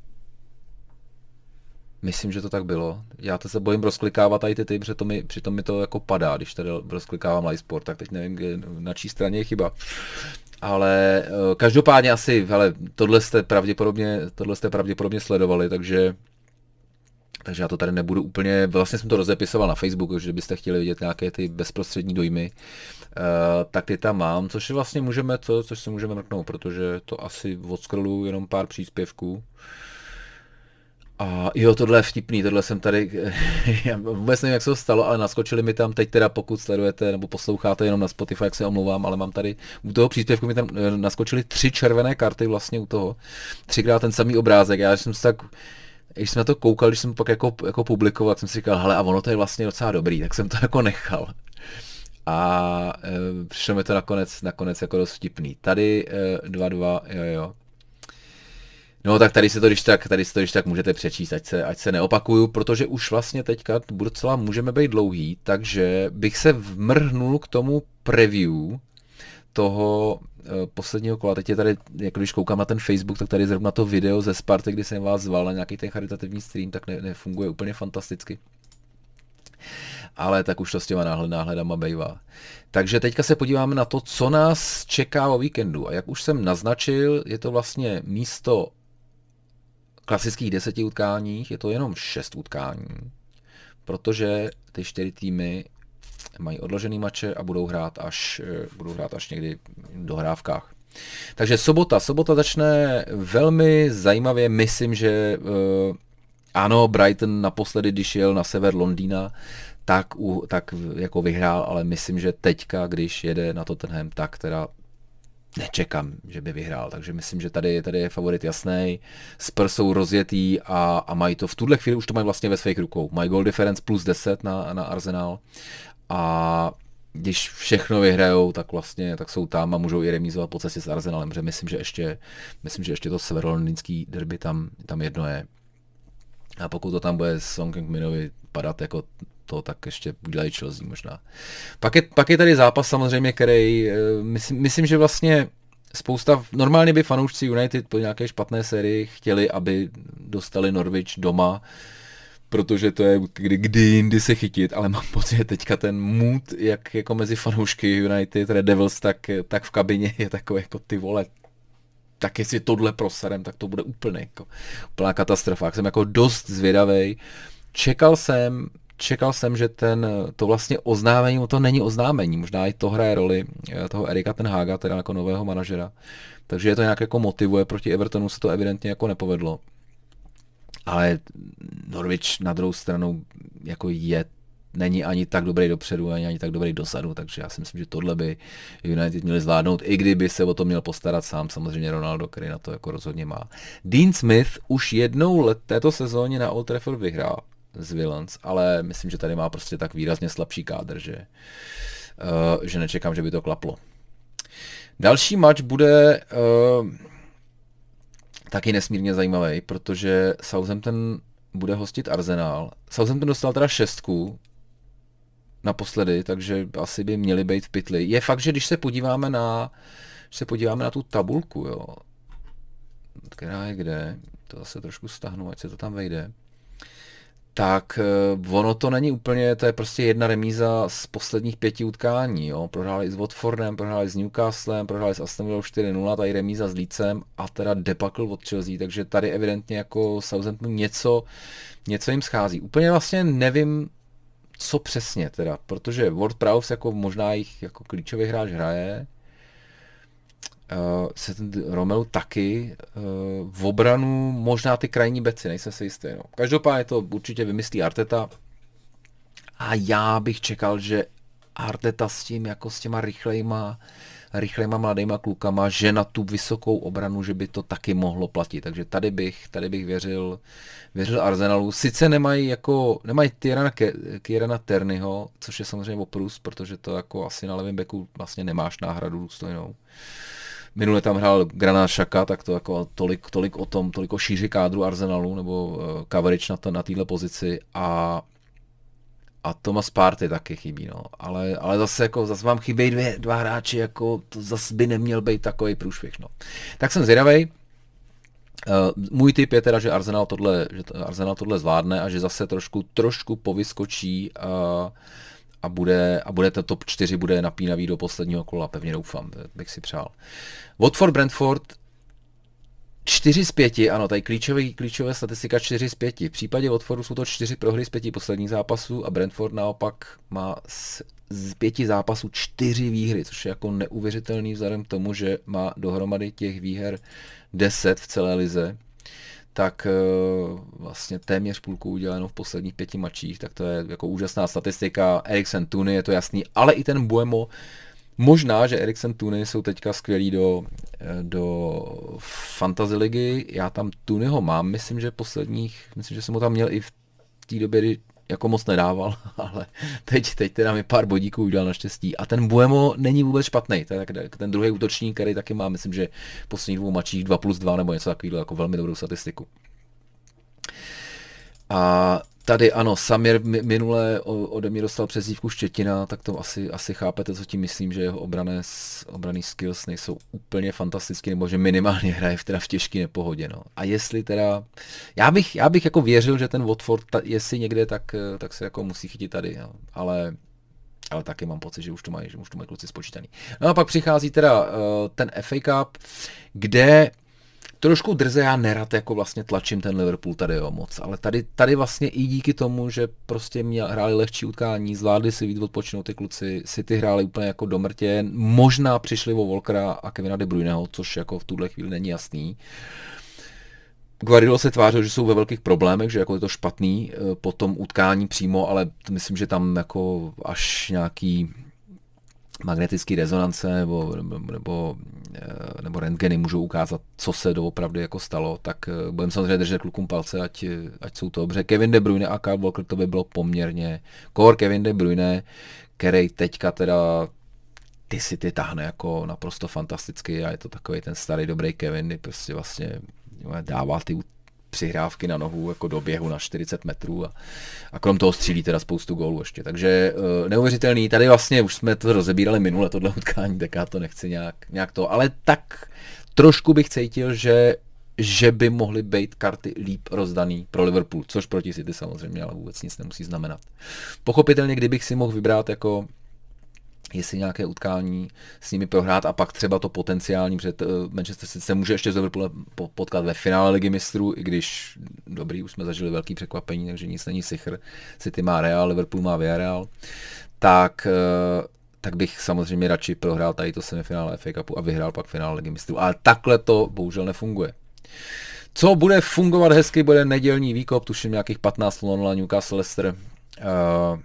myslím, že to tak bylo, já to se bojím rozklikávat tady ty ty, protože to mi, přitom mi to jako padá, když tady rozklikávám Live Sport, tak teď nevím, kde, na čí straně je chyba. Ale uh, každopádně asi, hele, tohle jste pravděpodobně, tohle jste pravděpodobně sledovali, takže, takže já to tady nebudu úplně, vlastně jsem to rozepisoval na Facebooku, že kdybyste chtěli vidět nějaké ty bezprostřední dojmy, uh, tak ty tam mám, což si vlastně můžeme, co, což si můžeme mrknout, protože to asi odscrolluju jenom pár příspěvků. A jo, tohle je vtipný, tohle jsem tady, já vůbec nevím, jak se to stalo, ale naskočili mi tam teď teda, pokud sledujete nebo posloucháte jenom na Spotify, jak se omlouvám, ale mám tady, u toho příspěvku mi tam naskočily tři červené karty vlastně u toho, třikrát ten samý obrázek, já jsem si tak, když jsem na to koukal, když jsem pak jako, jako publikoval, tak jsem si říkal, hele, a ono to je vlastně docela dobrý, tak jsem to jako nechal. A e, přišlo mi to nakonec, nakonec jako dost vtipný. Tady e, dva dva, jo jo. No tak tady se to když tak, tady se to když tak můžete přečíst, ať se, ať se neopakuju, protože už vlastně teďka docela můžeme být dlouhý, takže bych se vmrhnul k tomu preview toho uh, posledního kola. Teď je tady, jako když koukám na ten Facebook, tak tady zrovna to video ze Sparty, kdy jsem vás zval na nějaký ten charitativní stream, tak ne, nefunguje úplně fantasticky. Ale tak už to s těma náhled, náhledama bejvá. Takže teďka se podíváme na to, co nás čeká o víkendu. A jak už jsem naznačil, je to vlastně místo klasických deseti utkáních, je to jenom šest utkání, protože ty čtyři týmy mají odložený mače a budou hrát až, budou hrát až někdy v dohrávkách. Takže sobota, sobota začne velmi zajímavě, myslím, že uh, ano, Brighton naposledy, když jel na sever Londýna, tak, u, tak jako vyhrál, ale myslím, že teďka, když jede na Tottenham, tak teda nečekám, že by vyhrál, takže myslím, že tady, tady je favorit jasný. Spurs jsou rozjetý a, a mají to v tuhle chvíli, už to mají vlastně ve svých rukou. Mají goal difference plus deset na, na Arsenal a když všechno vyhrajou, tak vlastně tak jsou tam a můžou i remízovat po cestě s Arsenalem, protože myslím, že ještě, myslím, že ještě to severolondýnský derby tam, tam jedno je. A pokud to tam bude Son Heung-minovi padat jako to, tak ještě udělají Chelsea možná. Pak je, pak je tady zápas samozřejmě, který myslím, myslím, že vlastně spousta, normálně by fanoušci United po nějaké špatné sérii chtěli, aby dostali Norwich doma, protože to je kdy, kdy jindy se chytit, ale mám pocit, že teďka ten mood, jak jako mezi fanoušky United, Red Devils, tak, tak v kabině je takový jako ty vole, tak jestli tohle prosadem, tak to bude úplně jako, úplná katastrofa. Jak jsem jako dost zvědavej. Čekal jsem, čekal jsem, že ten, to vlastně oznámení, to není oznámení, možná i to hraje roli toho Erika ten Haga, teda jako nového manažera. Takže je to nějak jako motivuje, proti Evertonu se to evidentně jako nepovedlo. Ale Norwich na druhou stranu jako je, není ani tak dobrý dopředu, ani, ani tak dobrý dozadu, takže já si myslím, že tohle by United měli zvládnout, i kdyby se o to měl postarat sám, samozřejmě Ronaldo, který na to jako rozhodně má. Dean Smith už jednou let této sezóně na Old Trafford vyhrál z Villains, ale myslím, že tady má prostě tak výrazně slabší kádr, že, uh, že nečekám, že by to klaplo. Další match bude uh, taky nesmírně zajímavý, protože Southampton bude hostit Arsenal. Southampton dostal teda šestku naposledy, takže asi by měli být v pytli. Je fakt, že když se podíváme na, když se podíváme na tu tabulku, jo, která je kde, to zase trošku stahnu, ať se to tam vejde, tak ono to není úplně, to je prostě jedna remíza z posledních pěti utkání, jo. Prohráli s Watfordem, prohráli s Newcastlem, prohráli s Aston Villou čtyři nula, tady remíza s Leedsem a teda debakl od Chelsea, takže tady evidentně jako Southampton něco, něco jim schází. Úplně vlastně nevím, co přesně teda, protože Ward-Prowse jako možná jich jako klíčový hráč hraje, Uh, se ten Romelu taky, uh, v obranu možná ty krajní beci, nejsem si jistý. No. Každopádně to určitě vymyslí Arteta a já bych čekal, že Arteta s tím, jako s těma rychlejma, rychlejma mladejma klukama, že na tu vysokou obranu, že by to taky mohlo platit. Takže tady bych, tady bych věřil, věřil Arsenalu. Sice nemají jako, nemají Kierana Tierneyho, což je samozřejmě oprus, protože to jako asi na levém beku vlastně nemáš náhradu důstojnou. Minule tam hrál Granit Xhaka, tak to jako tolik, tolik o tom, tolik o šíři kádru Arsenalu, nebo uh, coverage na, na této pozici a, a Thomas Partey taky chybí, no. Ale, ale zase jako, zase vám chybějí dvě, dva hráči, jako to zase by neměl být takový průšvih, no. Tak jsem zvědavej. Uh, můj tip je teda, že Arsenal tohle, že Arsenal tohle zvládne a že zase trošku, trošku povyskočí uh, a bude, a bude to top čtyři, bude napínavý do posledního kola, pevně doufám, bych si přál. Watford, Brentford, čtyři z pěti, ano, tady klíčový, klíčové statistika čtyři z pěti. V případě Watfordu jsou to čtyři prohry z pěti posledních zápasů a Brentford naopak má z, z pěti zápasů čtyři výhry, což je jako neuvěřitelný vzhledem k tomu, že má dohromady těch výher deset v celé lize. Tak vlastně téměř půlku uděleno v posledních pěti mačích, tak to je jako úžasná statistika. Eriksen, Tuny, je to jasný, ale i ten Buemo. Možná, že Eriksen, Tuny jsou teďka skvělí do, do fantasy ligy. Já tam Tunyho mám, myslím, že posledních, myslím, že jsem ho tam měl i v té době, kdy jako moc nedával, ale teď, teď teda mi pár bodíků udělal naštěstí. A ten Buemo není vůbec špatný, to je ten druhý útočník, který taky má, myslím, že v posledních dvou mačích dva plus dva nebo něco takového, jako velmi dobrou statistiku. A tady ano, Samir minule ode mě dostal přezdívku Štětina, tak to asi, asi chápete, co tím myslím, že jeho obrané, obraný skills nejsou úplně fantastický, nebo že minimálně hraje v, teda v těžké nepohodě. No. A jestli teda, já bych, já bych jako věřil, že ten Watford, ta, jestli někde, tak, tak se jako musí chytit tady, no. ale, ale taky mám pocit, že už to mají, že už to mají kluci spočítaný. No a pak přichází teda uh, ten F A Cup, kde trošku drze, já nerad jako vlastně tlačím ten Liverpool tady jo, moc, ale tady, tady vlastně i díky tomu, že prostě mě hráli lehčí utkání, zvládli si víc odpočinout ty kluci, City hráli úplně jako do mrtě, možná přišli o Walkera a Kevina De Bruyneho, což jako v tuhle chvíli není jasný. Guardiola se tvářil, že jsou ve velkých problémech, že jako je to špatný po tom utkání přímo, ale myslím, že tam jako až nějaký magnetický rezonance nebo, nebo, nebo rentgeny můžou ukázat, co se doopravdy jako stalo, tak budeme samozřejmě držet klukům palce, ať, ať jsou to dobře. Kevin De Bruyne a Kyle Walker, to by bylo poměrně core Kevin De Bruyne, který teďka teda ty si ty táhne jako naprosto fantasticky a je to takový ten starý dobrý Kevin, kdy prostě vlastně dává ty přihrávky na nohu jako do běhu na čtyřicet metrů a, a krom toho střílí teda spoustu gólů ještě. Takže uh, neuvěřitelný, tady vlastně už jsme to rozebírali minule tohle utkání, tak já to nechci nějak, nějak to, ale tak trošku bych cítil, že, že by mohly být karty líp rozdaný pro Liverpool, což proti City samozřejmě, ale vůbec nic nemusí znamenat. Pochopitelně, kdybych si mohl vybrat jako jestli nějaké utkání s nimi prohrát a pak třeba to potenciální před Manchester City se může ještě z Liverpoolem potkat ve finále Ligy mistrů, i když dobrý, už jsme zažili velký překvapení, takže nic není sichr. City má Real, Liverpool má Villarreal, tak, tak bych samozřejmě radši prohrál tady to semifinále F A Cupu a vyhrál pak finále Ligy mistrů. Ale takhle to bohužel nefunguje. Co bude fungovat hezky, bude nedělní výkop, tuším nějakých patnáct nula nula Newcastle Leicester. Uh,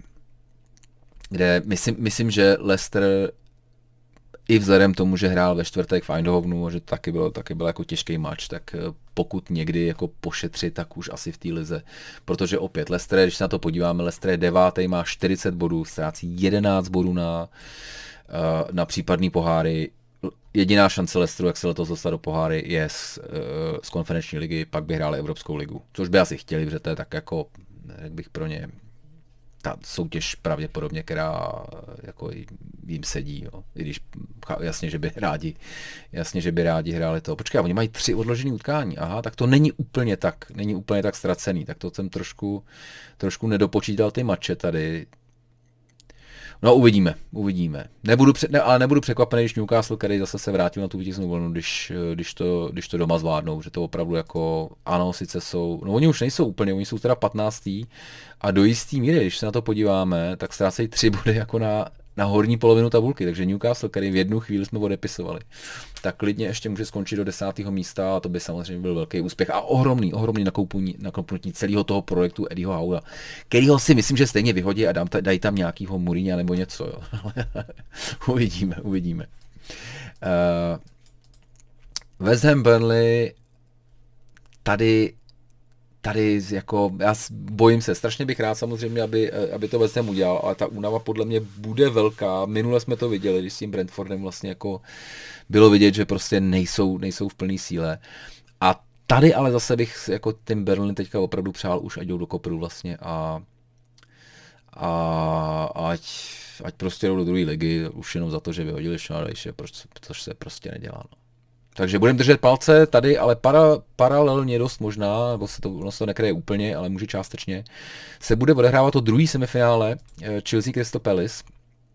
kde myslím, myslím, že Leicester i vzhledem tomu, že hrál ve čtvrtek v Eindhovenu, že to taky bylo, taky byl jako těžký match, tak pokud někdy jako pošetřit, tak už asi v té lize. Protože opět Leicester, když se na to podíváme, Leicester je devátý, má čtyřicet bodů, ztrácí jedenáct bodů na, na případný poháry. jediná šance Leicesteru, jak se letos dostat do poháry, je z, z konferenční ligy, pak by hráli Evropskou ligu. Což by asi chtěli, protože to je tak jako, jak bych pro ně, ta soutěž pravděpodobně, která jako jim sedí, jo. I když jasně, že by rádi, jasně, že by rádi hráli to. Počkej, oni mají tři odložené utkání, aha, tak to není úplně tak, není úplně tak ztracený, tak to jsem trošku, trošku nedopočítal ty mače tady. No uvidíme, uvidíme. Nebudu pře- ne, ale nebudu překvapený, když Newcastle, který zase se vrátil na tu vítěznou vlnu, když, když, to, když to doma zvládnou, že to opravdu jako, ano, sice jsou, no oni už nejsou úplně, oni jsou teda patnáctý a do jistý míry, když se na to podíváme, tak ztrácejí tři body jako na, na horní polovinu tabulky, takže Newcastle, který v jednu chvíli jsme odepisovali, tak klidně ještě může skončit do desátého místa a to by samozřejmě byl velký úspěch a ohromný, ohromný nakoupnutí celého toho projektu Eddieho Howe'a, kterýho si myslím, že stejně vyhodí a dám ta, dají tam nějakýho Mourinha nebo něco, jo. uvidíme, uvidíme. Uh, West Ham Burnley, tady Tady jako, já bojím se, strašně bych rád samozřejmě, aby, aby to West Ham udělal, ale ta únava podle mě bude velká. Minule jsme to viděli, když s tím Brentfordem vlastně jako bylo vidět, že prostě nejsou, nejsou v plné síle. A tady ale zase bych jako tím Burnley teďka opravdu přál už, ať jdou do kopru vlastně a, a ať, ať prostě jdou do druhé ligy, už jenom za to, že vyhodili Šnádeše, což se prostě nedělá. No. Takže budeme držet palce tady, ale para, paralelně dost možná, nebo se to, ono se to nekryje úplně, ale může částečně, se bude odehrávat to druhý semifinále Chelsea Crystal Palace,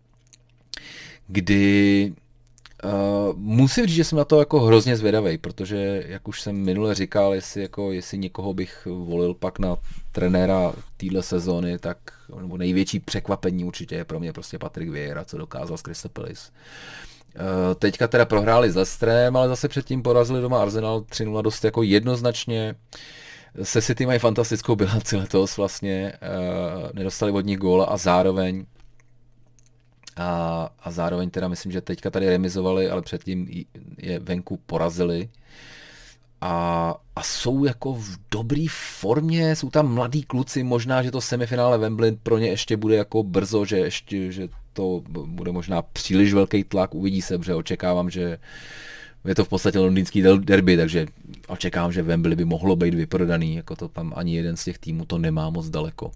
kdy uh, musím říct, že jsem na to jako hrozně zvědavej, protože jak už jsem minule říkal, jestli, jako, jestli někoho bych volil pak na trenéra téhle sezóny, tak nebo největší překvapení určitě je pro mě prostě Patrick Vieira, co dokázal s Crystal Palace. Teďka teda prohráli s Leicesterem, ale zase předtím porazili doma Arsenal tři nula dost jako jednoznačně. Se City mají fantastickou bilanci letos vlastně, nedostali od nich góla a zároveň a, a zároveň teda myslím, že teďka tady remizovali, ale předtím je venku porazili. A, a jsou jako v dobrý formě, jsou tam mladí kluci, možná, že to semifinále Wembley pro ně ještě bude jako brzo, že ještě, že to bude možná příliš velký tlak, uvidí se, protože očekávám, že je to v podstatě londýnský derby, takže očekávám, že Wembley by mohlo být vyprodaný, jako to tam ani jeden z těch týmů to nemá moc daleko.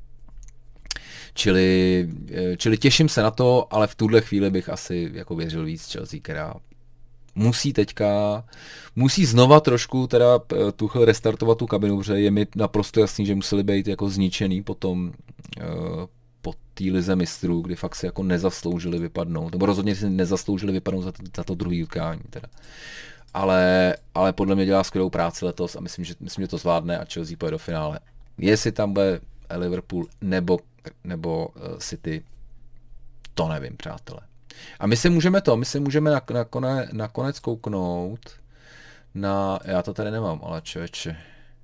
Čili, čili těším se na to, ale v tuhle chvíli bych asi jako věřil víc Chelsea, která musí teďka, musí znova trošku teda Tuchel restartovat tu kabinu, protože je mi naprosto jasný, že museli být jako zničený potom po té lize mistrů, kdy fakt si jako nezasloužili vypadnout, nebo rozhodně si nezasloužili vypadnout za to, za to druhý utkání teda. Ale, ale podle mě dělá skvělou práci letos a myslím, že, myslím, že to zvládne a Chelsea pojede do finále. Jestli tam bude Liverpool nebo, nebo City, to nevím, přátelé. A my si můžeme to, my si můžeme nakonec, nakonec kouknout na, já to tady nemám, ale člověče,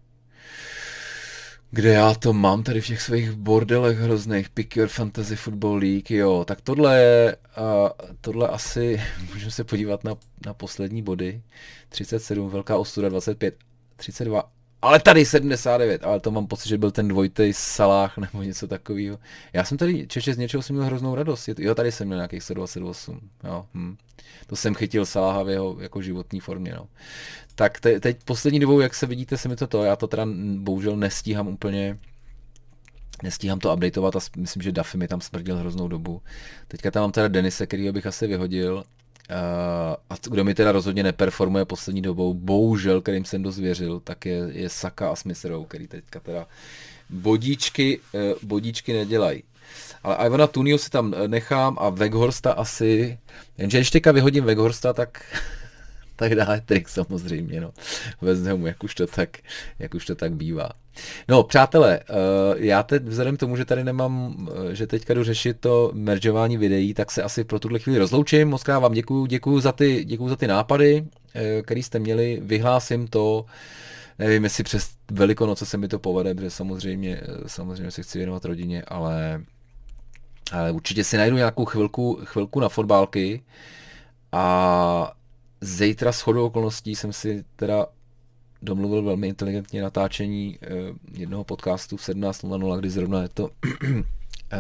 kde já to mám tady v těch svých bordelech hrozných, Pick Your Fantasy Football League, jo, tak tohle je, uh, tohle asi, můžeme se podívat na, na poslední body, třicet sedm, velká ostuda, dvacet pět, třicet dva, ale tady sedmdesát devět, ale to mám pocit, že byl ten dvojitej Salah nebo něco takového. Já jsem tady, čeče, z něčeho jsem měl hroznou radost. Jo, tady jsem měl nějakých sto dvacet osm. Jo, hm. To jsem chytil Salaha v jeho jako životní formě. No. Tak te, teď poslední dobou, jak se vidíte, se mi to to, já to teda bohužel nestíhám úplně, nestíhám to updateovat a myslím, že Duffy mi tam smrdil hroznou dobu. Teďka tam mám teda Denise, kterýho bych asi vyhodil. Uh, a kdo mi teda rozhodně neperformuje poslední dobou, bohužel, kterým jsem dost věřil, tak je, je Saka a Smith Rowe, který teďka teda bodíčky, uh, bodíčky nedělají. Ale Ivana Tunio si tam nechám a Weghorsta asi, jenže když teďka vyhodím Weghorsta, tak tak dá trik samozřejmě, no. West Hamu, jak už to tak, jak už to tak bývá. No, přátelé, já teď vzhledem k tomu, že tady nemám, že teďka jdu řešit to mergeování videí, tak se asi pro tuhle chvíli rozloučím. Moc krát vám děkuju, děkuju za ty, děkuju za ty nápady, které jste měli. Vyhlásím to, nevím, jestli přes Velikonoce se mi to povede, protože samozřejmě, samozřejmě se chci věnovat rodině, ale, ale určitě si najdu nějakou chvilku, chvilku na fotbálky a zítra shodou okolností jsem si teda domluvil velmi inteligentně natáčení eh, jednoho podcastu v sedmnáct nula nula, kdy zrovna je to eh,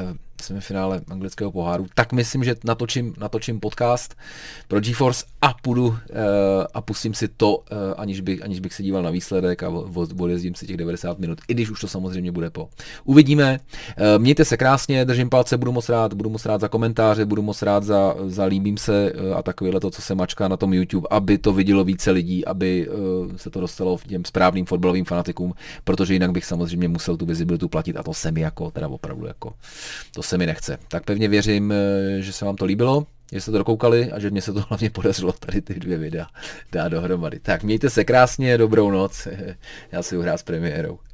semifinále anglického poháru, tak myslím, že natočím, natočím podcast pro GeForce a půjdu uh, a pustím si to, uh, aniž, bych, aniž bych se díval na výsledek a odjezdím si těch devadesát minut, i když už to samozřejmě bude po. Uvidíme. Uh, mějte se krásně, držím palce, budu moc rád, budu moc rád za komentáře, budu moc rád za, za líbím se uh, a takovéhle to, co se mačká na tom YouTube, aby to vidělo více lidí, aby uh, se to dostalo těm správným fotbalovým fanatikům, protože jinak bych samozřejmě musel tu vizibilitu platit a to se mi jako, teda opravdu jako, to se mi nechce. Tak pevně věřím, že se vám to líbilo, že jste to dokoukali a že mě se to hlavně podařilo tady ty dvě videa dát dohromady. Tak mějte se krásně, dobrou noc, já si uhrát s premiérou.